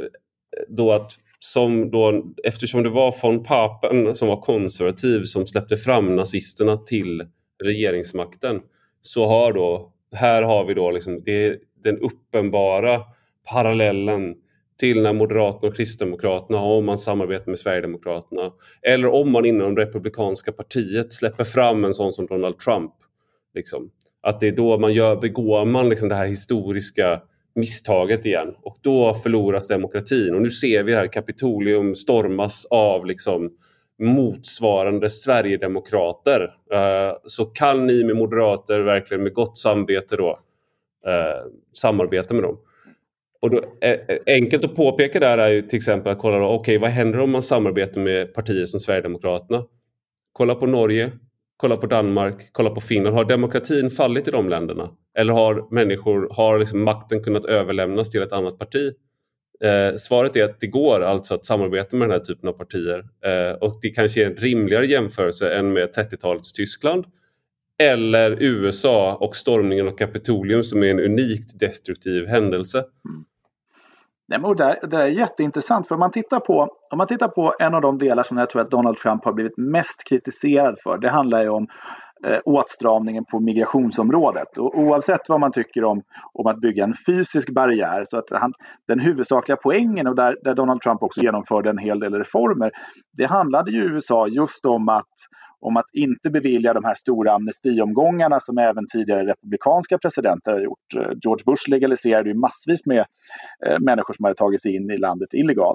då att som då, eftersom det var von Papen som var konservativ som släppte fram nazisterna till regeringsmakten, så har då, här har vi då liksom, det är den uppenbara parallellen till när Moderaterna och Kristdemokraterna har, om man samarbetar med Sverigedemokraterna, eller om man inom republikanska partiet släpper fram en sån som Donald Trump liksom. Att det är då man gör, begår man liksom det här historiska misstaget igen, och då förloras demokratin. Och nu ser vi här Kapitolium stormas av liksom motsvarande Sverigedemokrater. Uh, så kan ni med moderater verkligen med gott samvete då uh, samarbeta med dem. Och då, eh, enkelt att påpeka där är ju till exempel att kolla då, okej, okay, vad händer om man samarbetar med partier som Sverigedemokraterna? Kolla på Norge, kolla på Danmark, kolla på Finland. Har demokratin fallit i de länderna? Eller har människor, har liksom makten kunnat överlämnas till ett annat parti? Eh, svaret är att det går alltså att samarbeta med den här typen av partier. Eh, och det kanske är en rimligare jämförelse än med trettiotalets Tyskland. Eller U S A och stormningen av Kapitolium som är en unikt destruktiv händelse. Mm. Nej, men det, där, det där är jätteintressant, för om man tittar på, om man tittar på en av de delar som jag tror att Donald Trump har blivit mest kritiserad för, det handlar ju om eh, åtstramningen på migrationsområdet. Och oavsett vad man tycker om, om att bygga en fysisk barriär, så att han, den huvudsakliga poängen, och där, där Donald Trump också genomförde en hel del reformer, det handlade ju i U S A just om att om att inte bevilja de här stora amnestiomgångarna som även tidigare republikanska presidenter har gjort. George Bush legaliserade ju massvis med eh, människor som hade tagit sig in i landet illegalt.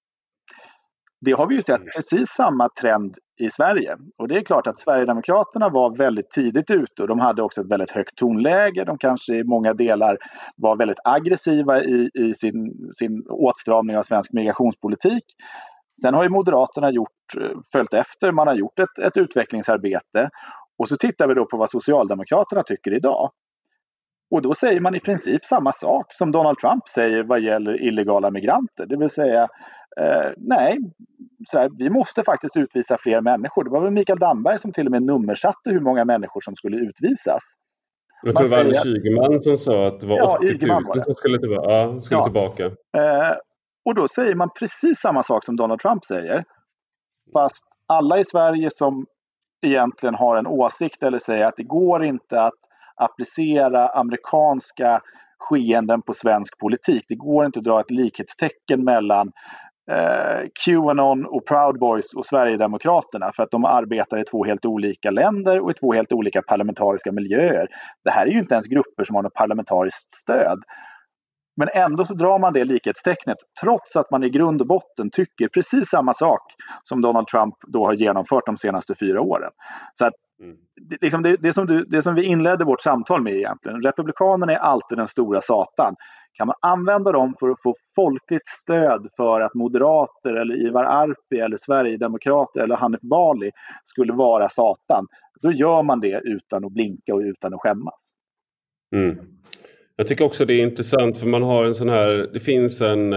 Det har vi ju sett precis samma trend i Sverige. Och det är klart att Sverigedemokraterna var väldigt tidigt ute, och de hade också ett väldigt högt tonläge. De kanske i många delar var väldigt aggressiva i, i sin, sin åtstramning av svensk migrationspolitik. Sen har ju Moderaterna gjort, följt efter, man har gjort ett, ett utvecklingsarbete. Och så tittar vi då på vad Socialdemokraterna tycker idag. Och då säger man i princip samma sak som Donald Trump säger vad gäller illegala migranter. Det vill säga, eh, nej, så här, vi måste faktiskt utvisa fler människor. Det var väl Mikael Damberg som till och med nummersatte hur många människor som skulle utvisas. Jag tror det var Anders Ygeman som sa att det var ja, åttio tusen som skulle, tillbaka. Ja, skulle ja. tillbaka. Eh, och då säger man precis samma sak som Donald Trump säger. Fast alla i Sverige som egentligen har en åsikt eller säger att det går inte att applicera amerikanska skeenden på svensk politik. Det går inte att dra ett likhetstecken mellan eh, Qanon och Proud Boys och Sverigedemokraterna för att de arbetar i två helt olika länder och i två helt olika parlamentariska miljöer. Det här är ju inte ens grupper som har något parlamentariskt stöd. Men ändå så drar man det likhetstecknet trots att man i grund och botten tycker precis samma sak som Donald Trump då har genomfört de senaste fyra åren. Så att mm. det, liksom det, det, som du, det som vi inledde vårt samtal med egentligen, republikanerna är alltid den stora satan. Kan man använda dem för att få folkligt stöd för att moderater eller Ivar Arpi eller Sverigedemokrater eller Hanif Bali skulle vara satan, då gör man det utan att blinka och utan att skämmas. Mm. Jag tycker också det är intressant för man har en sån här, det finns en,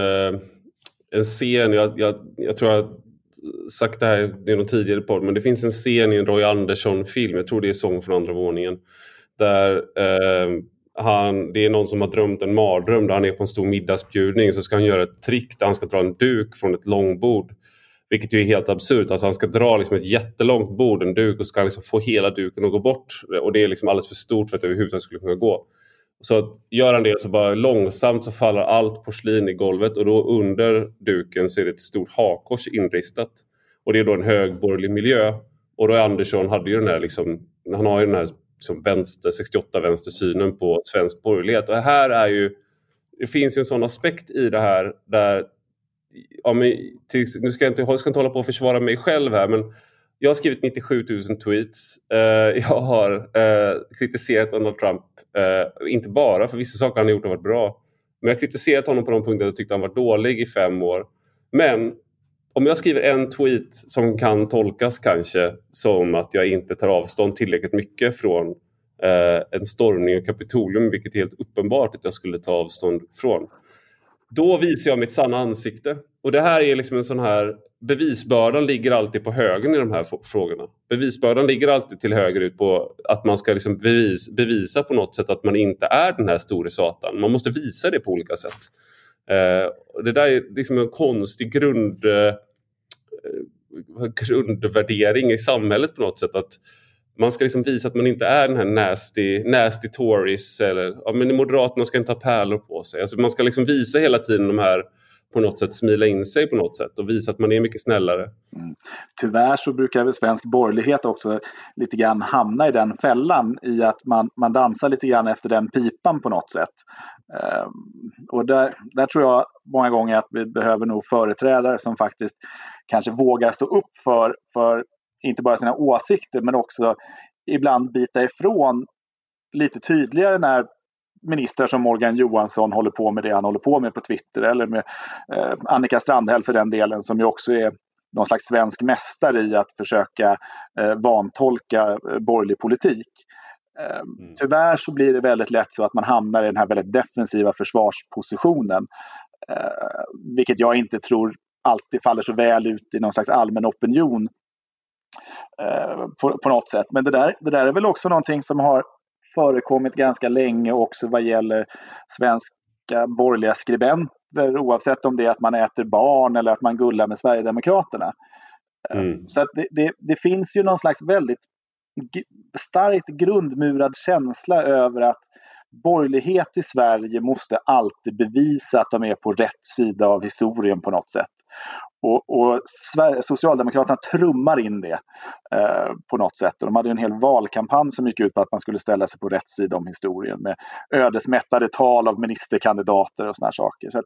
en scen, jag, jag, jag tror jag sagt det här i någon tidigare podd, men det finns en scen i en Roy Andersson-film, jag tror det är Sång från andra våningen, där eh, han, det är någon som har drömt en mardröm där han är på en stor middagsbjudning, så ska han göra ett trick där han ska dra en duk från ett långbord, vilket ju är helt absurt, alltså han ska dra liksom ett jättelångt bord, en duk, och ska liksom få hela duken att gå bort, och det är liksom alldeles för stort för att det överhuvudtaget skulle kunna gå. Så gör han det så bara långsamt så faller allt porslin i golvet, och då under duken så är det ett stort hakkors inristat. Och det är då en högborgerlig miljö. Och då Andersson hade ju den här liksom, han har ju den här liksom vänster, sextioåtta vänstersynen på svensk borgerlighet. Och här är ju, det finns ju en sån aspekt i det här där, ja men, till, nu ska jag inte, jag ska inte hålla på att försvara mig själv här, men jag har skrivit nittiosju tusen tweets. Uh, jag har uh, kritiserat Donald Trump. Uh, inte bara för vissa saker han har gjort har varit bra. Men jag har kritiserat honom på de punkter jag tyckte han var dålig i fem år. Men om jag skriver en tweet som kan tolkas kanske som att jag inte tar avstånd tillräckligt mycket från uh, en stormning av Kapitolium, vilket är helt uppenbart att jag skulle ta avstånd från. Då visar jag mitt sanna ansikte. Och det här är liksom en sån här, bevisbördan ligger alltid på höger i de här frågorna. Bevisbördan ligger alltid till höger ut på att man ska liksom bevis, bevisa på något sätt att man inte är den här store satan. Man måste visa det på olika sätt. Eh, det där är liksom en konstig grund, eh, grundvärdering i samhället på något sätt, att man ska liksom visa att man inte är den här nasty, nasty Tories, eller ja, men Moderaterna ska inte ha pärlor på sig. Alltså man ska liksom visa hela tiden de här, på något sätt smila in sig på något sätt och visa att man är mycket snällare. Mm. Tyvärr så brukar väl svensk borgerlighet också lite grann hamna i den fällan, i att man, man dansar lite grann efter den pipan på något sätt. Um, och där, där tror jag många gånger att vi behöver nog företrädare som faktiskt kanske vågar stå upp för, för inte bara sina åsikter, men också ibland bita ifrån lite tydligare när ministrar som Morgan Johansson håller på med det han håller på med på Twitter, eller med eh, Annika Strandhäll för den delen, som ju också är någon slags svensk mästare i att försöka eh, vantolka eh, borgerlig politik. Eh, mm. Tyvärr så blir det väldigt lätt så att man hamnar i den här väldigt defensiva försvarspositionen, eh, vilket jag inte tror alltid faller så väl ut i någon slags allmän opinion eh, på, på något sätt. Men det där, det där är väl också någonting som har förekommit ganska länge också vad gäller svenska borgerliga skribenter, oavsett om det är att man äter barn eller att man gullar med Sverigedemokraterna. Mm. Så att det, det, det finns ju någon slags väldigt g- starkt grundmurad känsla över att borgerlighet i Sverige måste alltid bevisa att de är på rätt sida av historien på något sätt. Och, och Sverige, Socialdemokraterna trummar in det eh, på något sätt. Och de hade en hel valkampanj som gick ut på att man skulle ställa sig på rätt sida om historien med ödesmättade tal av ministerkandidater och såna här saker. Så att,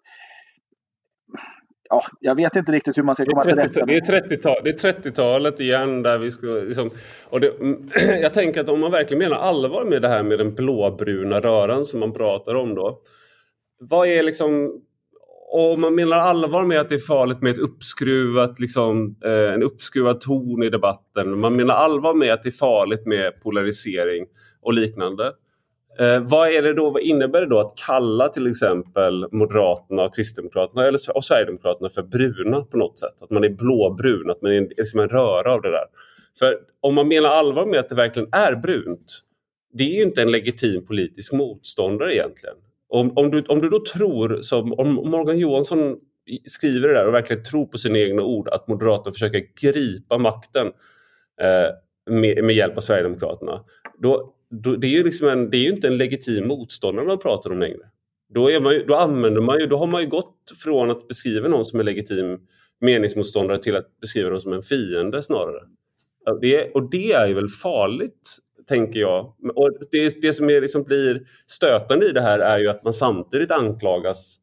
ja, jag vet inte riktigt hur man ska komma till rätta. Det är trettiotalet, det är trettiotalet igen där vi ska liksom, och det, jag tänker att om man verkligen menar allvar med det här med den blåbruna röran som man pratar om då, vad är liksom, och man menar allvar med att det är farligt med ett uppskruvat, liksom, eh, en uppskruvad ton i debatten. Man menar allvar med att det är farligt med polarisering och liknande. Eh, vad är det då, vad innebär det då att kalla till exempel Moderaterna och Kristdemokraterna eller, och Sverigedemokraterna för bruna på något sätt? Att man är blåbrun, att man är liksom en röra av det där. För om man menar allvar med att det verkligen är brunt, det är ju inte en legitim politisk motståndare egentligen. Om, om, du, om du då tror, som om Morgan Johansson skriver det där och verkligen tror på sina egna ord, att Moderaterna försöker gripa makten eh, med, med hjälp av Sverigedemokraterna, då, då det är ju liksom en, det är ju inte en legitim motståndare man pratar om längre. Då, är man ju, då använder man ju, då har man ju gått från att beskriva någon som en legitim meningsmotståndare till att beskriva någon som en fiende snarare. Det, och det är ju väl farligt, tänker jag. Och det, det som är liksom blir stötande i det här är ju att man samtidigt anklagas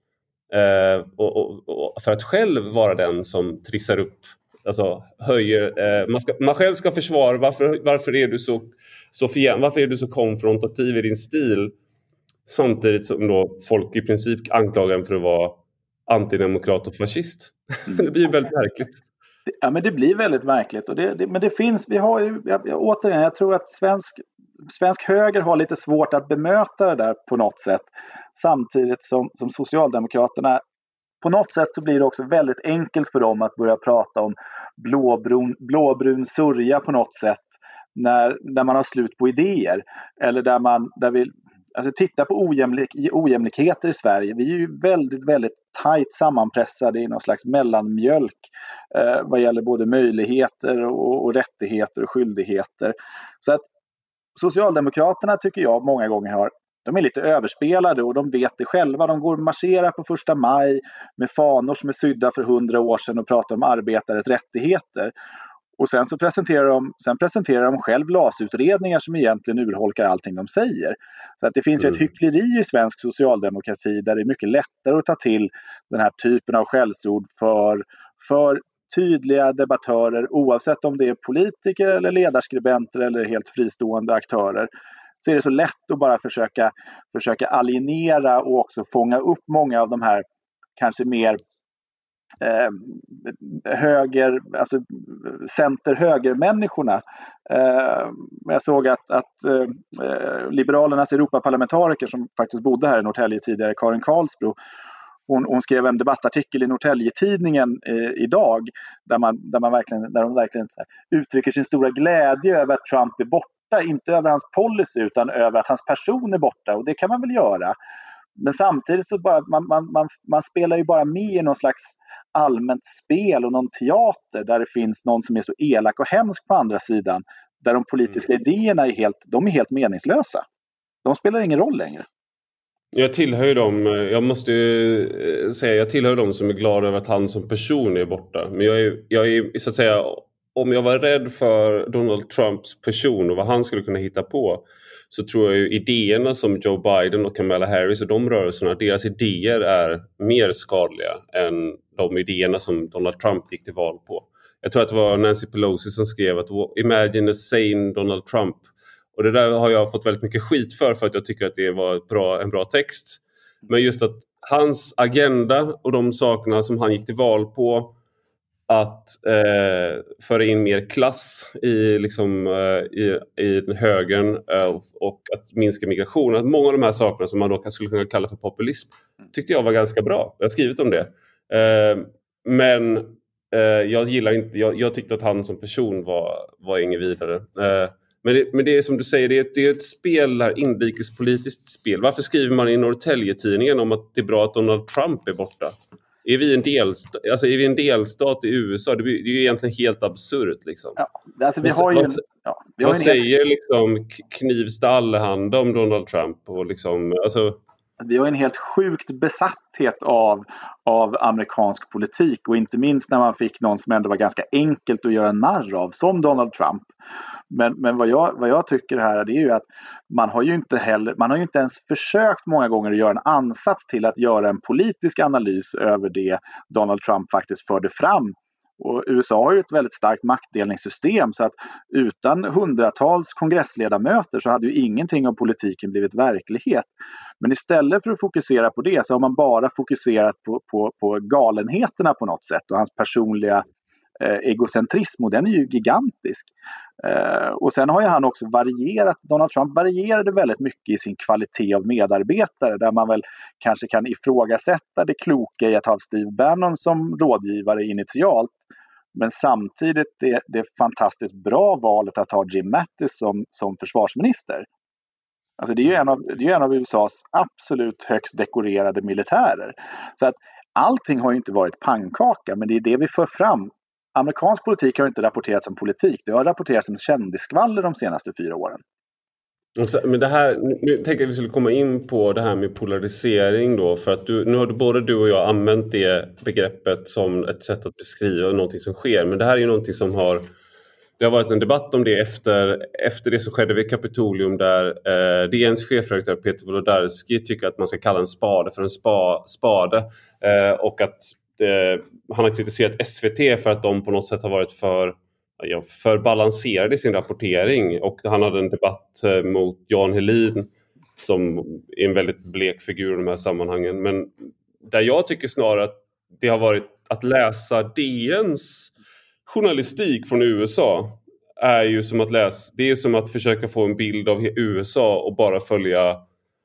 eh, och, och, och för att själv vara den som trissar upp, alltså höjer, eh, man, ska, man själv ska försvara varför, varför är du så, så fjän, varför är du så konfrontativ i din stil, samtidigt som då folk i princip anklagar en för att vara antidemokrat och fascist. Det blir väldigt märkligt. Ja, men det blir väldigt märkligt. Och det, det, men det finns, vi har ju, jag, jag, återigen, jag tror att svensk, svensk höger har lite svårt att bemöta det där på något sätt. Samtidigt som, som Socialdemokraterna, på något sätt så blir det också väldigt enkelt för dem att börja prata om blåbrun, blåbrun sörja på något sätt. När, när man har slut på idéer. Eller där man, där vi, alltså titta på ojämlik, ojämlikheter i Sverige. Vi är ju väldigt, väldigt tajt sammanpressade i någon slags mellanmjölk eh, vad gäller både möjligheter och, och rättigheter och skyldigheter. Så att Socialdemokraterna tycker jag många gånger har, de är lite överspelade och de vet det själva. De går och marscherar på första maj med fanor som är sydda för hundra år sedan och pratar om arbetares rättigheter. Och sen så presenterar de, sen presenterar de själv LAS-utredningar som egentligen urholkar allting de säger. Så att det finns mm. ju ett hyckleri i svensk socialdemokrati där det är mycket lättare att ta till den här typen av skällsord för, för tydliga debattörer, oavsett om det är politiker eller ledarskribenter eller helt fristående aktörer. Så är det så lätt att bara försöka, försöka alienera och också fånga upp många av de här kanske mer Eh, höger, alltså center-höger-människorna. Eh, jag såg att, att eh, Liberalernas Europaparlamentariker som faktiskt bodde här i Norrtälje tidigare, Karin Karlsbro, hon, hon skrev en debattartikel i Norrtälje-tidningen eh, idag där, man, där, man verkligen, där hon verkligen uttrycker sin stora glädje över att Trump är borta, inte över hans policy utan över att hans person är borta, och det kan man väl göra. Men samtidigt så bara, man, man, man, man spelar ju bara med i någon slags allmänt spel och någon teater där det finns någon som är så elak och hemsk på andra sidan, där de politiska mm. idéerna är helt, de är helt meningslösa. De spelar ingen roll längre. Jag tillhör ju dem, jag måste ju säga, jag tillhör dem som är glada över att han som person är borta. Men jag är, jag är så att säga, om jag var rädd för Donald Trumps person och vad han skulle kunna hitta på, så tror jag ju idéerna som Joe Biden och Kamala Harris och de rörelserna, deras idéer är mer skadliga än de idéerna som Donald Trump gick till val på. Jag tror att det var Nancy Pelosi som skrev att imagine a sane Donald Trump. Och det där har jag fått väldigt mycket skit för, för att jag tycker att det var ett bra, en bra text. Men just att hans agenda och de sakerna som han gick till val på, att eh, föra in mer klass i, liksom, eh, i, i den högern eh, och att minska migration. Att många av de här sakerna som man då skulle kunna kalla för populism tyckte jag var ganska bra. Jag har skrivit om det. Eh, men eh, jag gillar inte, jag, jag tyckte att han som person var, var ingen vidare. Eh, men, det, men det är som du säger, det är ett, det är ett spel här, inrikespolitiskt spel. Varför skriver man i Norrtälje-tidningen om att det är bra att Donald Trump är borta? Är vi en delstat, alltså är vi en delstat i U S A? Det är ju egentligen helt absurt liksom. Ja, alltså vi har ju vad, en, ja, vi har vad en säger helt... liksom Knivsta Allehanda om Donald Trump och liksom, alltså... Vi har en helt sjukt besatthet av, av amerikansk politik, och inte minst när man fick någon som ändå var ganska enkelt att göra narr av, som Donald Trump. Men, men vad, jag, vad jag tycker här, det är ju att man har ju inte heller, man har ju inte ens försökt många gånger att göra en ansats till att göra en politisk analys över det Donald Trump faktiskt förde fram. Och U S A har ju ett väldigt starkt maktdelningssystem, så att utan hundratals kongressledamöter så hade ju ingenting av politiken blivit verklighet. Men istället för att fokusera på det så har man bara fokuserat på, på, på galenheterna på något sätt och hans personliga eh, egocentrism, och den är ju gigantisk. Eh, och sen har ju han också varierat, Donald Trump varierade väldigt mycket i sin kvalitet av medarbetare, där man väl kanske kan ifrågasätta det kloka i att ha Steve Bannon som rådgivare initialt. Men samtidigt det, det fantastiskt bra valet att ha Jim Mattis som, som försvarsminister. Alltså det är ju en av, det är en av U S A:s absolut högst dekorerade militärer. Så att allting har ju inte varit pannkaka, men det är det vi för fram. Amerikansk politik har inte rapporterats som politik. Det har rapporterats som kändisskvaller de senaste fyra åren. Men det här, nu tänkte jag att vi skulle komma in på det här med polarisering då, för att du, nu har både du och jag använt det begreppet som ett sätt att beskriva någonting som sker, men det här är ju någonting som har, det har varit en debatt om det efter, efter det som skedde vid Kapitolium, där eh, D N:s chefredaktör Peter Wolodarski tycker att man ska kalla en spade för en spa, spade eh, och att eh, han har kritiserat S V T för att de på något sätt har varit för Ja, för balanserad i sin rapportering, och han hade en debatt eh, mot Jan Helin som är en väldigt blek figur i de här sammanhangen, men där jag tycker snarare att det har varit att läsa D N:s journalistik från U S A är ju som att läsa, det är som att försöka få en bild av U S A och bara följa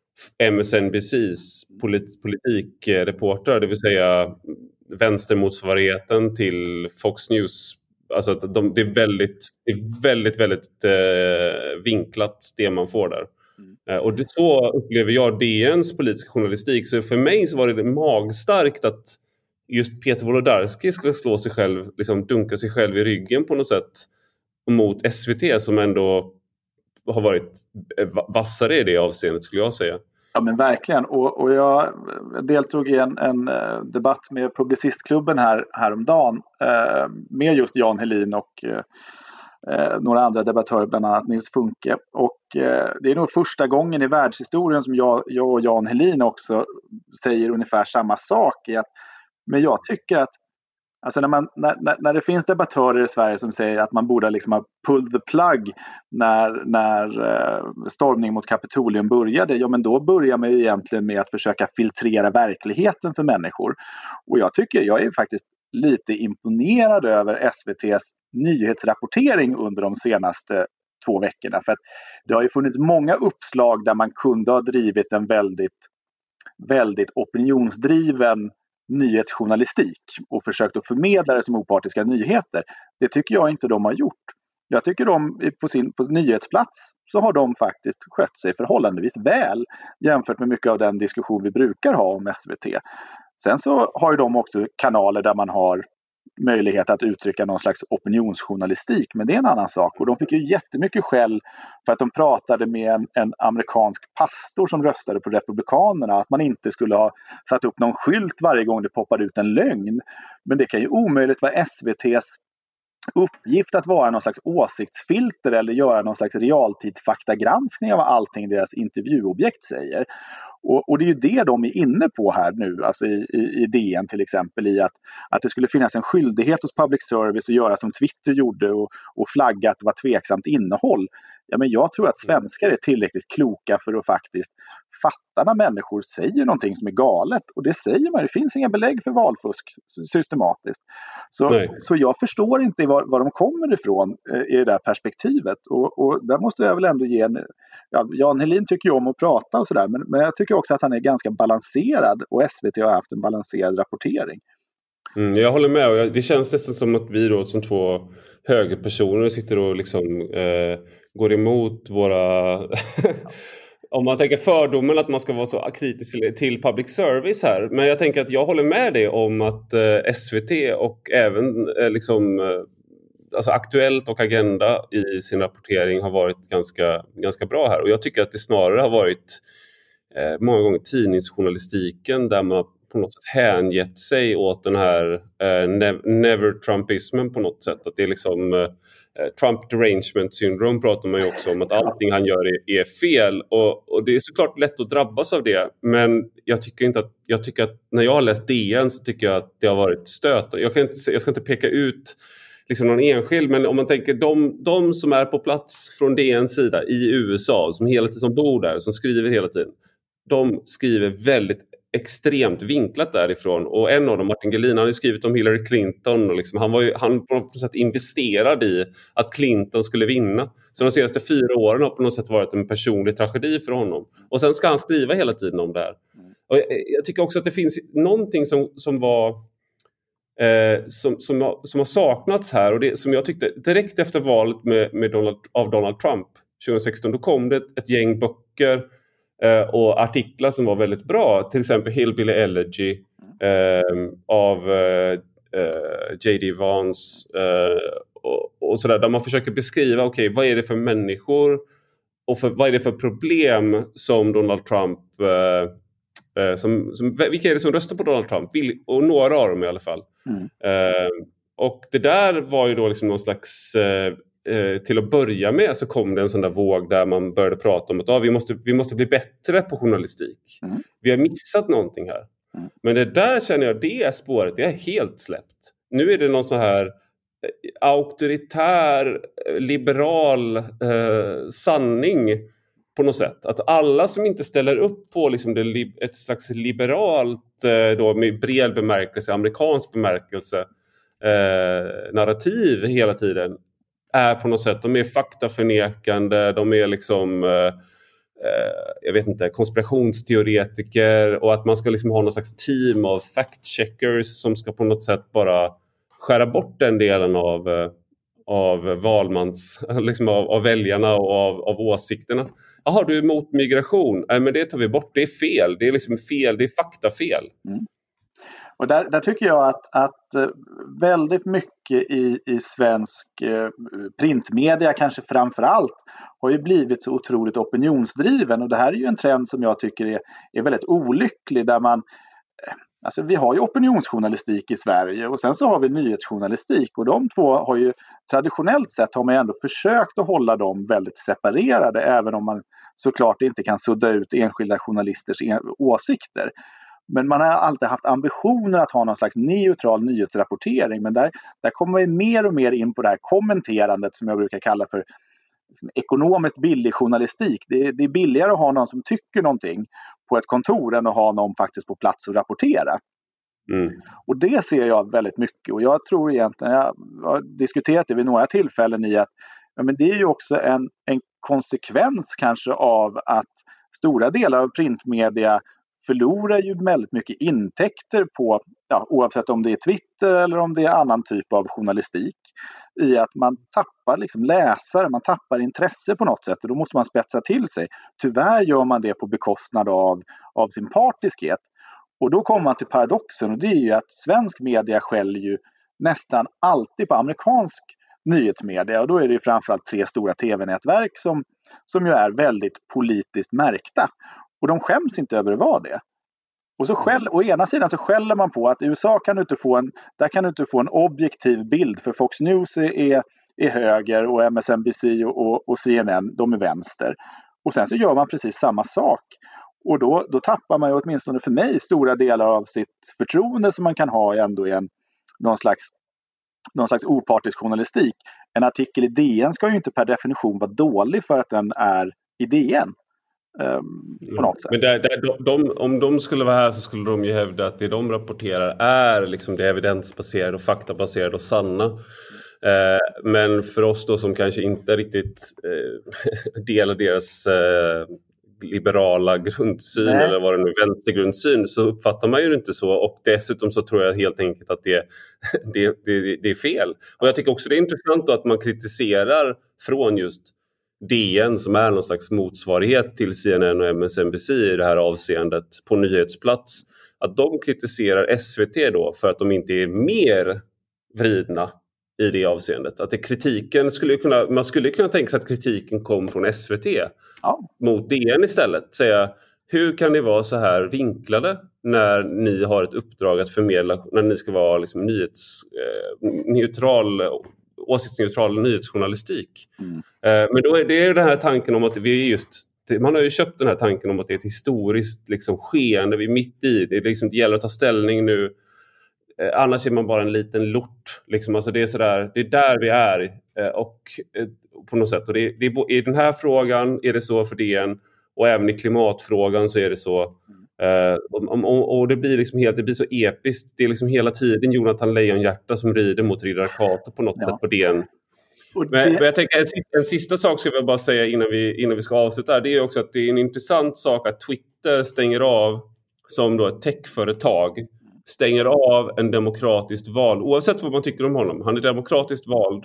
M S N B C:s polit- politikreporter, det vill säga vänstermotsvarigheten till Fox News. Alltså att de, det är väldigt, det är väldigt, väldigt eh, vinklat det man får där. Mm. Eh, och det, så upplever jag D N:s politiska journalistik. Så för mig så var det magstarkt att just Peter Wolodarski skulle slå sig själv, liksom dunka sig själv i ryggen på något sätt mot S V T som ändå har varit vassare i det avseendet, skulle jag säga. Ja, men verkligen. Och, och jag deltog i en, en debatt med Publicistklubben här, häromdagen eh, med just Jan Helin och eh, några andra debattörer, bland annat Nils Funke. Och eh, det är nog första gången i världshistorien som jag, jag och Jan Helin också säger ungefär samma sak. I att, men jag tycker att alltså när, man, när, när det finns debattörer i Sverige som säger att man borde liksom ha pulled the plug när, när eh, stormning mot Kapitolium började, ja men då börjar man ju egentligen med att försöka filtrera verkligheten för människor. Och jag tycker, jag är faktiskt lite imponerad över S V T:s nyhetsrapportering under de senaste två veckorna. För att det har ju funnits många uppslag där man kunde ha drivit en väldigt, väldigt opinionsdriven nyhetsjournalistik och försökt att förmedla det som opartiska nyheter. Det tycker jag inte de har gjort. Jag tycker de på sin på nyhetsplats så har de faktiskt skött sig förhållandevis väl jämfört med mycket av den diskussion vi brukar ha om S V T. Sen så har ju de också kanaler där man har möjlighet att uttrycka någon slags opinionsjournalistik, men det är en annan sak. Och de fick ju jättemycket skäll för att de pratade med en, en amerikansk pastor som röstade på Republikanerna, att man inte skulle ha satt upp någon skylt varje gång det poppade ut en lögn. Men det kan ju omöjligt vara S V T:s uppgift att vara någon slags åsiktsfilter eller göra någon slags realtidsfaktagranskning av allting deras intervjuobjekt säger. Och, och det är ju det de är inne på här nu, alltså i, i, i D N till exempel, i att, att det skulle finnas en skyldighet hos public service att göra som Twitter gjorde och, och flagga att det var tveksamt innehåll. Ja, men jag tror att svenskar är tillräckligt kloka för att faktiskt fatta när människor säger någonting som är galet. Och det säger man, det finns inga belägg för valfusk systematiskt. Så, så jag förstår inte var, var de kommer ifrån eh, i det där perspektivet. Och, och där måste jag väl ändå ge en... Ja, Jan Helin tycker ju om att prata och sådär, men, men jag tycker också att han är ganska balanserad och S V T har haft en balanserad rapportering. Mm, jag håller med, och jag, det känns nästan som att vi då som två högerpersoner sitter och liksom eh, går emot våra... Om man tänker fördomen att man ska vara så kritisk till public service här. Men jag tänker att jag håller med dig om att eh, S V T och även eh, liksom... Eh, alltså Aktuellt och Agenda i sin rapportering har varit ganska, ganska bra här. Och jag tycker att det snarare har varit eh, många gånger tidningsjournalistiken där man på något sätt hängett sig åt den här eh, nev- never-Trumpismen på något sätt. Att det är liksom eh, Trump derangement syndrome pratar man ju också om, att allting han gör är, är fel. Och, och det är såklart lätt att drabbas av det. Men jag tycker inte att, jag tycker att när jag har läst D N så tycker jag att det har varit stötande. Jag, kan inte, jag ska inte peka ut liksom någon enskild, men om man tänker de, de som är på plats från D N:s sida i U S A, som hela tiden som bor där, som skriver hela tiden, de skriver väldigt extremt vinklat därifrån. Och en av dem, Martin Gelin, han har skrivit om Hillary Clinton. Och liksom, han var ju han på något sätt investerad i att Clinton skulle vinna. Så de senaste fyra åren har på något sätt varit en personlig tragedi för honom. Och sen ska han skriva hela tiden om det här. Och jag, jag tycker också att det finns någonting som, som var... Eh, som, som, som har saknats här. Och det som jag tyckte direkt efter valet med, med Donald, av Donald Trump tjugo sexton, då kom det ett, ett gäng böcker och artiklar som var väldigt bra. Till exempel Hillbilly Elegy eh, av eh, J D Vance eh, och, och sådär. Där man försöker beskriva, okej, okay, vad är det för människor och för, vad är det för problem som Donald Trump eh, eh, som, som, vilka är det som röstar på Donald Trump? Vill, och några av dem i alla fall. Mm. Eh, och det där var ju då liksom någon slags... Eh, till att börja med så kom det en sån där våg där man började prata om att ah, vi, måste, vi måste bli bättre på journalistik. Mm. Vi har missat någonting här. Mm. Men det där känner jag, det spåret, det är helt släppt. Nu är det någon så här auktoritär, liberal eh, sanning på något sätt. Att alla som inte ställer upp på liksom det, ett slags liberalt, eh, då, med bred bemärkelse, amerikansk bemärkelse, eh, narrativ hela tiden, är på något sätt, de är faktaförnekande, de är liksom eh, eh, jag vet inte, konspirationsteoretiker, och att man ska liksom ha någon slags team av fact-checkers som ska på något sätt bara skära bort den delen av, eh, av valmans, liksom av, av väljarna och av, av åsikterna. Jaha, du är emot migration? Nej, men det tar vi bort, det är fel, det är liksom fel, det är faktafel. Mm. Och där, där tycker jag att, att väldigt mycket i, i svensk printmedia, kanske framförallt, har ju blivit så otroligt opinionsdriven. Och det här är ju en trend som jag tycker är, är väldigt olycklig. Där man, alltså vi har ju opinionsjournalistik i Sverige och sen så har vi nyhetsjournalistik. Och de två har ju traditionellt sett har man ändå försökt att hålla dem väldigt separerade. Även om man såklart inte kan sudda ut enskilda journalisters åsikter. Men man har alltid haft ambitioner att ha någon slags neutral nyhetsrapportering. Men där, där kommer vi mer och mer in på det här kommenterandet som jag brukar kalla för ekonomiskt billig journalistik. Det, det är billigare att ha någon som tycker någonting på ett kontor än att ha någon faktiskt på plats och rapportera. Mm. Och det ser jag väldigt mycket. Och jag tror egentligen, jag har diskuterat det vid några tillfällen i att ja, men det är ju också en, en konsekvens kanske av att stora delar av printmedia förlorar ju väldigt mycket intäkter på, ja, oavsett om det är Twitter eller om det är annan typ av journalistik, i att man tappar liksom läsare, man tappar intresse på något sätt och då måste man spetsa till sig. Tyvärr gör man det på bekostnad av, av sin partiskhet. Och då kommer man till paradoxen, och det är ju att svensk media skäller ju nästan alltid på amerikansk nyhetsmedia, och då är det ju framförallt tre stora tv-nätverk som, som ju är väldigt politiskt märkta. Och de skäms inte över att vara det. Och så skäll, å ena sidan så skäller man på att i U S A kan du inte få en, där kan du inte få en objektiv bild, för Fox News är, är höger och M S N B C och, och, och C N N, de är vänster. Och sen så gör man precis samma sak. Och då, då tappar man ju, åtminstone för mig, stora delar av sitt förtroende som man kan ha ändå i en, någon slags, någon slags opartisk journalistik. En artikel i D N ska ju inte per definition vara dålig för att den är i D N. Um, på något sätt. Men där, där, de, de, om de skulle vara här så skulle de ju hävda att det de rapporterar är liksom det evidensbaserade och faktabaserade och sanna. Eh, men för oss då som kanske inte riktigt eh, delar deras eh, liberala grundsyn, Nej. eller vad det nu är, vänstergrundsyn, så uppfattar man ju inte så, och dessutom så tror jag helt enkelt att det, det, det, det är fel. Och jag tycker också det är intressant då att man kritiserar från just D N, som är någon slags motsvarighet till C N N och M S N B C i det här avseendet på nyhetsplats, att de kritiserar S V T då för att de inte är mer vridna i det avseendet. Att det, kritiken skulle kunna, man skulle kunna tänka sig att kritiken kom från S V T ja. mot D N istället. Säga, hur kan ni vara så här vinklade när ni har ett uppdrag att förmedla, när ni ska vara liksom nyhets, eh, neutral åsiktsneutral nyhetsjournalistik. Mm. Eh, men då är det den här tanken om att vi är just, man har ju köpt den här tanken om att det är ett historiskt liksom skeende vi är mitt i. Det, är liksom, det gäller att ta ställning nu. Eh, annars är man bara en liten lort. Liksom, alltså det är sådär, det är där vi är. Eh, och eh, på något sätt. Och det, det är, i den här frågan är det så för D N. Och även i klimatfrågan så är det så. Uh, och, och, och det blir liksom helt, det blir så episkt. Det är liksom hela tiden Jonathan Lejonhjärta som rider mot Riddare Kato på något ja. sätt på D N. Men, det... men jag tänker en sista, en sista sak ska jag bara säga innan vi, innan vi ska avsluta. Det är också att det är en intressant sak att Twitter stänger av, som då ett techföretag, stänger av en demokratiskt vald, oavsett vad man tycker om honom. Han är demokratiskt vald.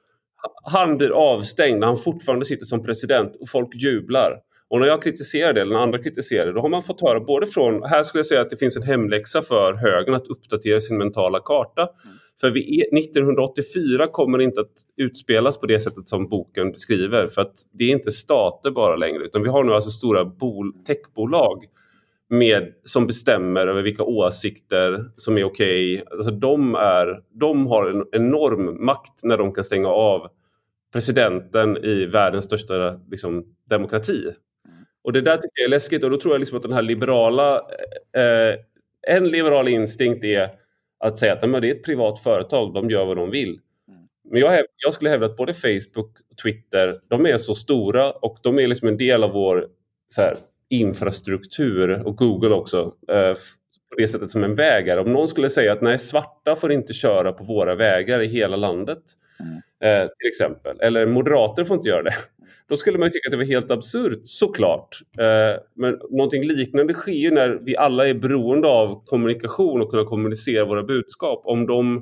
Han blir avstängd när han fortfarande sitter som president och folk jublar. Och när jag kritiserar det, eller när andra kritiserar det, då har man fått höra både från, här skulle jag säga att det finns en hemläxa för högern att uppdatera sin mentala karta. Mm. För vi är, nittonhundraåttiofyra kommer inte att utspelas på det sättet som boken beskriver. För att det är inte stater bara längre, utan vi har nu alltså stora bol, techbolag med, som bestämmer över vilka åsikter som är okej. Alltså de, är, de har en enorm makt när de kan stänga av presidenten i världens största liksom, demokrati. Och det där tycker jag är läskigt, och då tror jag liksom att den här liberala eh, en liberal instinkt är att säga att nej, men det är ett privat företag, de gör vad de vill. Men jag, jag skulle hävda att både Facebook och Twitter, de är så stora och de är liksom en del av vår så här, infrastruktur, och Google också eh, på det sättet som en väg är. Om någon skulle säga att nej, svarta får inte köra på våra vägar i hela landet eh, till exempel, eller moderater får inte göra det, då skulle man ju tycka att det var helt absurt, såklart. Eh, men någonting liknande sker ju när vi alla är beroende av kommunikation och kunna kommunicera våra budskap. Om de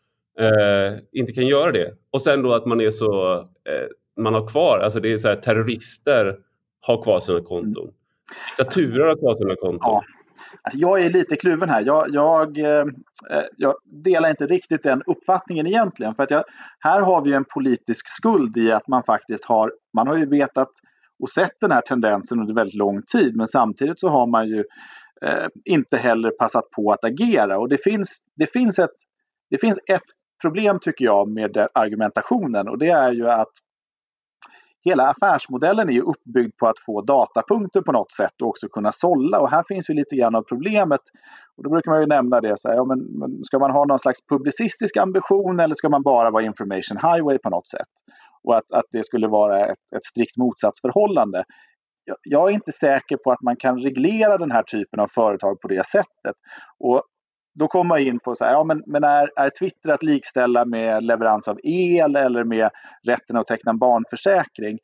eh, inte kan göra det. Och sen då att man är så, eh, man har kvar, alltså det är så här, terrorister har kvar sina konton. Diktaturer har kvar sina konton. Ja. Alltså jag är lite kluven här. Jag, jag, eh, jag delar inte riktigt den uppfattningen egentligen. För att jag, här har vi en politisk skuld i att man faktiskt har, man har ju vetat och sett den här tendensen under väldigt lång tid. Men samtidigt så har man ju eh, inte heller passat på att agera. Och det finns, det finns ett, det finns ett problem tycker jag med argumentationen. Och det är ju att hela affärsmodellen är ju uppbyggd på att få datapunkter på något sätt och också kunna sålla. Och här finns ju lite grann av problemet. Och då brukar man ju nämna det så här, ja, men, men ska man ha någon slags publicistisk ambition eller ska man bara vara information highway på något sätt? Och att, att det skulle vara ett, ett strikt motsatsförhållande. Jag, jag är inte säker på att man kan reglera den här typen av företag på det sättet. Och då kommer man in på så här, ja men, men är, är Twitter att likställa med leverans av el eller med rätten att teckna en barnförsäkring?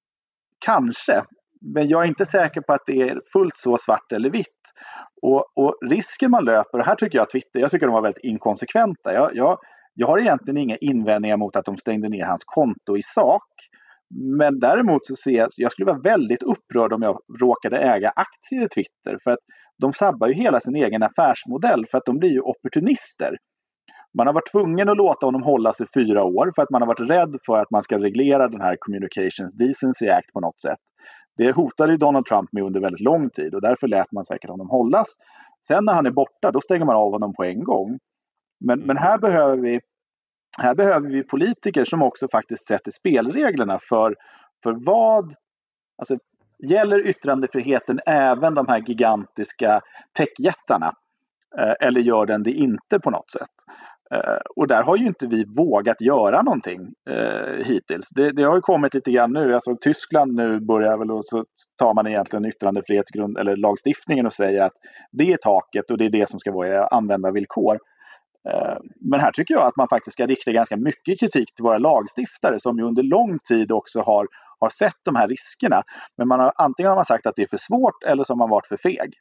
Kanske, men jag är inte säker på att det är fullt så svart eller vitt. Och, och risken man löper, och här tycker jag Twitter, jag tycker de var väldigt inkonsekventa. Jag, jag, jag har egentligen inga invändningar mot att de stängde ner hans konto i sak. Men däremot så ser jag, jag skulle vara väldigt upprörd om jag råkade äga aktier i Twitter. För att de sabbar ju hela sin egen affärsmodell för att de blir ju opportunister. Man har varit tvungen att låta honom hålla sig fyra år för att man har varit rädd för att man ska reglera den här Communications Decency Act på något sätt. Det hotade ju Donald Trump med under väldigt lång tid och därför lät man säkert honom hållas. Sen när han är borta, då stänger man av honom på en gång. Men, men här behöver vi här behöver vi politiker som också faktiskt sätter spelreglerna för, för vad, alltså gäller yttrandefriheten även de här gigantiska techjättarna? Eh, eller gör den det inte på något sätt? Eh, och där har ju inte vi vågat göra någonting eh, hittills. Det, det har ju kommit lite grann nu. Alltså Tyskland nu börjar väl, och så tar man egentligen yttrandefrihetsgrund eller lagstiftningen och säger att det är taket och det är det som ska vara användarvillkor. Eh, men här tycker jag att man faktiskt ska rikta ganska mycket kritik till våra lagstiftare som ju under lång tid också har har sett de här riskerna. Men man har, antingen har man sagt att det är för svårt eller så har man varit för feg.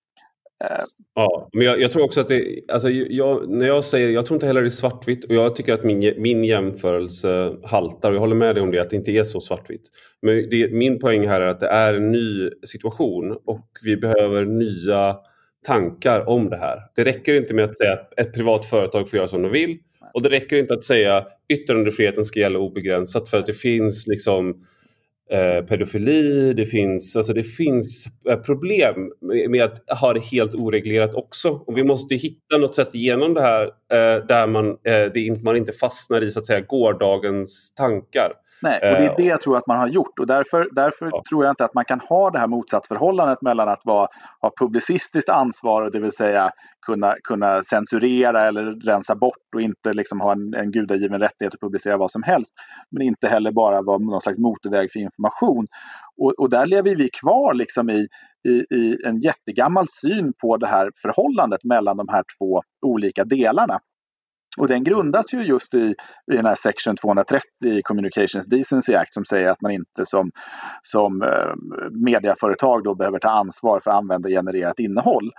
Uh. Ja, men jag, jag tror också att det, alltså jag, när jag säger, jag tror inte heller det är svartvitt och jag tycker att min, min jämförelse haltar och jag håller med dig om det, att det inte är så svartvitt. Men det, min poäng här är att det är en ny situation och vi behöver nya tankar om det här. Det räcker inte med att säga att ett privat företag får göra som de vill. Och det räcker inte att säga yttrandefriheten ska gälla obegränsat för att det finns liksom eh, pedofili, det finns, alltså det finns eh, problem med, med att ha det helt oreglerat också. Och vi måste hitta något sätt igenom det här eh, där man, eh, det inte, man inte fastnar i så att säga gårdagens tankar. Nej, och det är det jag tror att man har gjort. Och därför, därför ja. tror jag inte att man kan ha det här motsatsförhållandet mellan att vara, ha publicistiskt ansvar, det vill säga kunna, kunna censurera eller rensa bort och inte liksom ha en, en gudagiven rättighet att publicera vad som helst. Men inte heller bara vara någon slags motorväg för information. Och, och där lever vi kvar liksom i, i, i en jättegammal syn på det här förhållandet mellan de här två olika delarna. Och den grundas ju just i, i den här section tvåhundratrettio i Communications Decency Act som säger att man inte som, som eh, mediaföretag då behöver ta ansvar för att använda genererat innehåll.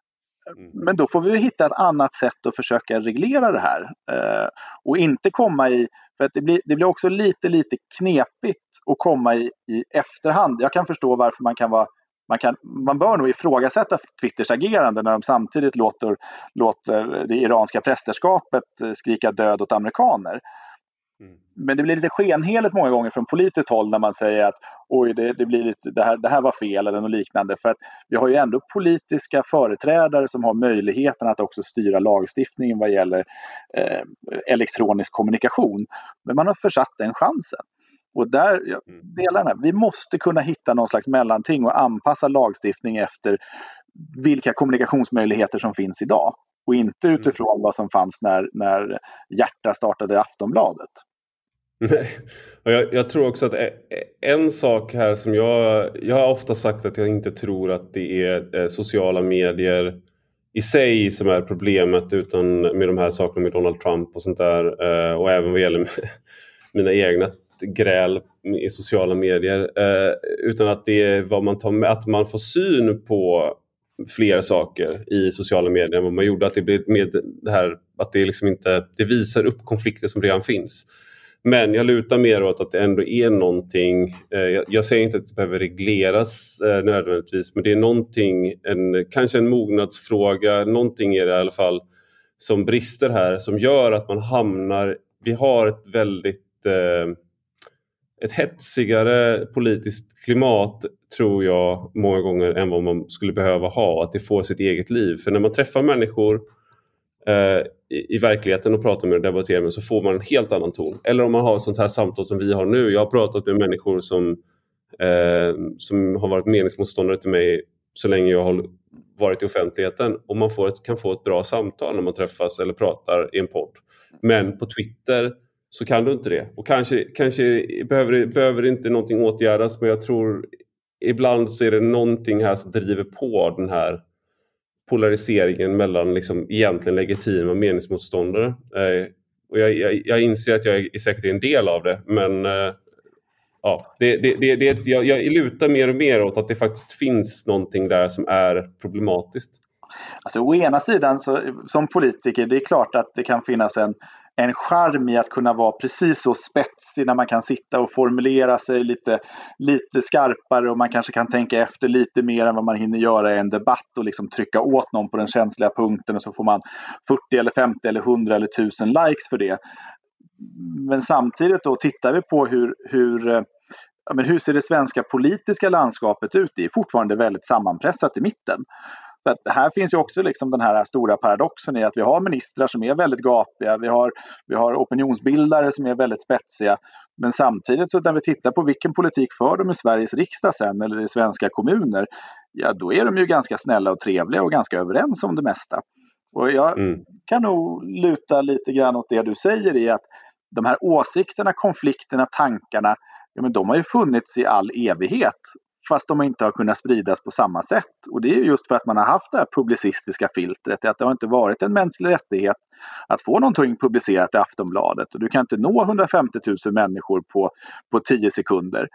Men då får vi hitta ett annat sätt att försöka reglera det här. Eh, och inte komma i, för att det blir, det blir också lite, lite knepigt att komma i, i efterhand. Jag kan förstå varför man kan vara Man, kan, man bör nog ifrågasätta Twitters agerande när de samtidigt låter, låter det iranska prästerskapet skrika död åt amerikaner. Mm. Men det blir lite skenheligt många gånger från politiskt håll när man säger att oj, det, det, blir lite, det, här, det här var fel eller något liknande. För att vi har ju ändå politiska företrädare som har möjligheten att också styra lagstiftningen vad gäller eh, elektronisk kommunikation. Men man har försatt den chansen. Och där jag delar den. Vi måste kunna hitta någon slags mellanting och anpassa lagstiftning efter vilka kommunikationsmöjligheter som finns idag. Och inte utifrån vad som fanns när, när Hjärta startade Aftonbladet. Nej, och jag, jag tror också att en sak här som jag, jag har ofta sagt att jag inte tror att det är sociala medier i sig som är problemet utan med de här sakerna med Donald Trump och sånt där. Och även vad gäller mina egna gräl i sociala medier eh, utan att det är vad man tar med, att man får syn på fler saker i sociala medier än vad man gjorde, att det blir med det här att det liksom inte, det visar upp konflikter som redan finns. Men jag lutar mer åt att det ändå är någonting, eh, jag, jag säger inte att det behöver regleras eh, nödvändigtvis, men det är någonting, en, kanske en mognadsfråga, någonting är det i alla fall som brister här, som gör att man hamnar, vi har ett väldigt eh, ett hetsigare politiskt klimat tror jag många gånger än vad man skulle behöva ha, att det får sitt eget liv. För när man träffar människor eh, i, i verkligheten och pratar med och debatterar med så får man en helt annan ton. Eller om man har ett sånt här samtal som vi har nu. Jag har pratat med människor som, eh, som har varit meningsmotståndare till mig så länge jag har varit i offentligheten. Och man får ett, kan få ett bra samtal när man träffas eller pratar i en podd. Men på Twitter så kan du inte det. Och kanske, kanske behöver, behöver inte någonting åtgärdas, men jag tror ibland så är det någonting här som driver på den här polariseringen mellan liksom egentligen legitima meningsmotståndare. Eh, och jag, jag, jag inser att jag är säkert en del av det, men eh, ja, det, det, det, det, jag, jag lutar mer och mer åt att det faktiskt finns någonting där som är problematiskt. Alltså å ena sidan så, som politiker, det är klart att det kan finnas en en charm i att kunna vara precis så spetsig när man kan sitta och formulera sig lite, lite skarpare och man kanske kan tänka efter lite mer än vad man hinner göra i en debatt och liksom trycka åt någon på den känsliga punkten och så får man fyrtio eller femtio eller hundra eller tusen likes för det. Men samtidigt då tittar vi på hur, hur, ja, men hur ser det svenska politiska landskapet ut? Det är fortfarande väldigt sammanpressat i mitten. Så att här finns ju också liksom den här stora paradoxen i att vi har ministrar som är väldigt gapiga, vi har, vi har opinionsbildare som är väldigt spetsiga, men samtidigt så när vi tittar på vilken politik för de i Sveriges riksdag sen eller i svenska kommuner, ja då är de ju ganska snälla och trevliga och ganska överens om det mesta. Och jag mm. kan nog luta lite grann åt det du säger i att de här åsikterna, konflikterna, tankarna, ja men de har ju funnits i all evighet. Fast de inte har kunnat spridas på samma sätt. Och det är just för att man har haft det här publicistiska filtret. Att det har inte varit en mänsklig rättighet att få någonting publicerat i Aftonbladet. Och du kan inte nå hundrafemtio tusen människor på, på tio sekunder.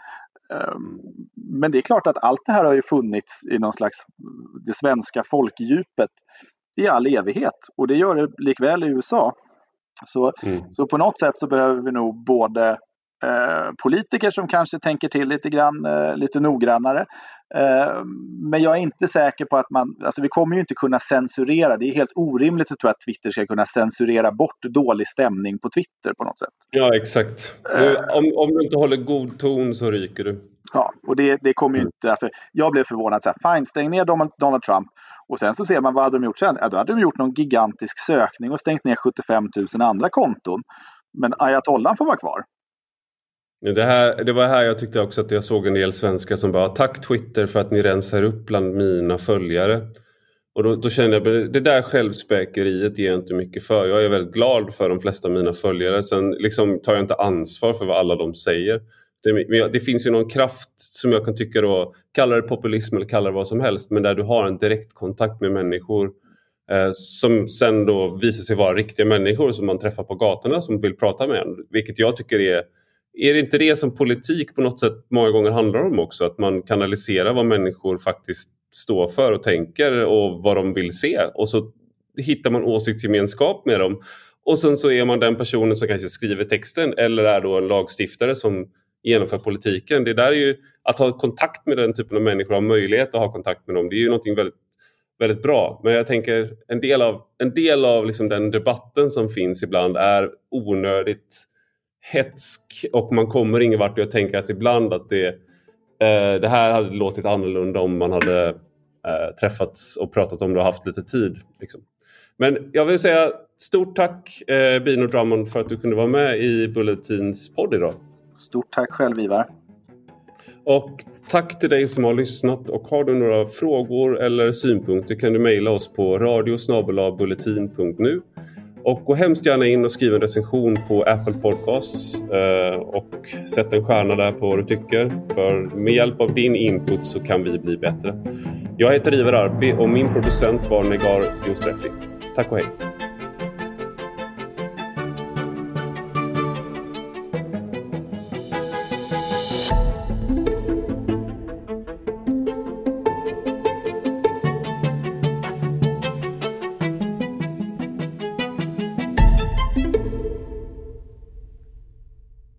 Men det är klart att allt det här har ju funnits i någon slags det svenska folkdjupet i all evighet. Och det gör det likväl i U S A. Så, mm. så på något sätt så behöver vi nog både Eh, politiker som kanske tänker till lite grann, eh, lite noggrannare. Eh, men jag är inte säker på att man, alltså vi kommer ju inte kunna censurera, det är helt orimligt att tro att Twitter ska kunna censurera bort dålig stämning på Twitter på något sätt. Ja, exakt. Eh, om, om du inte håller god ton så ryker du. Ja, och det, det kommer ju inte, alltså jag blev förvånad så här, fine, stäng ner Donald, Donald Trump. Och sen så ser man vad hade de gjort sen? Ja, då hade de gjort någon gigantisk sökning och stängt ner sjuttiofem tusen andra konton. Men ayatollan får vara kvar. Det, här, det var här jag tyckte också att jag såg en del svenskar som bara tack Twitter för att ni rensar upp bland mina följare. Och då, då känner jag det där självspäkeriet ger jag inte mycket för. Jag är väldigt glad för de flesta av mina följare. Sen liksom tar jag inte ansvar för vad alla de säger. Det, men det finns ju någon kraft som jag kan tycka då, kalla det populism eller kalla det vad som helst. Men där du har en direkt kontakt med människor eh, som sen då visar sig vara riktiga människor som man träffar på gatorna som vill prata med en. Vilket jag tycker är, är det inte det som politik på något sätt många gånger handlar om också? Att man kanaliserar vad människor faktiskt står för och tänker och vad de vill se. Och så hittar man åsiktsgemenskap med dem. Och sen så är man den personen som kanske skriver texten eller är då en lagstiftare som genomför politiken. Det där är ju att ha kontakt med den typen av människor, ha möjlighet att ha kontakt med dem. Det är ju någonting väldigt, väldigt bra. Men jag tänker en del av, en del av liksom den debatten som finns ibland är onödigt hetsk och man kommer ingen vart. Jag tänker att ibland att det, eh, det här hade låtit annorlunda om man hade eh, träffats och pratat om det och haft lite tid. Liksom. Men jag vill säga stort tack eh, Bino Drummond för att du kunde vara med i Bulletins podd idag. Stort tack själv Ivar. Och tack till dig som har lyssnat och har du några frågor eller synpunkter kan du mejla oss på radio snabel-a bulletin punkt nu. Och gå hemskt gärna in och skriv en recension på Apple Podcasts eh, och sätt en stjärna där på vad du tycker. För med hjälp av din input så kan vi bli bättre. Jag heter Ivar Arpi och min producent var Negar Josefi. Tack och hej!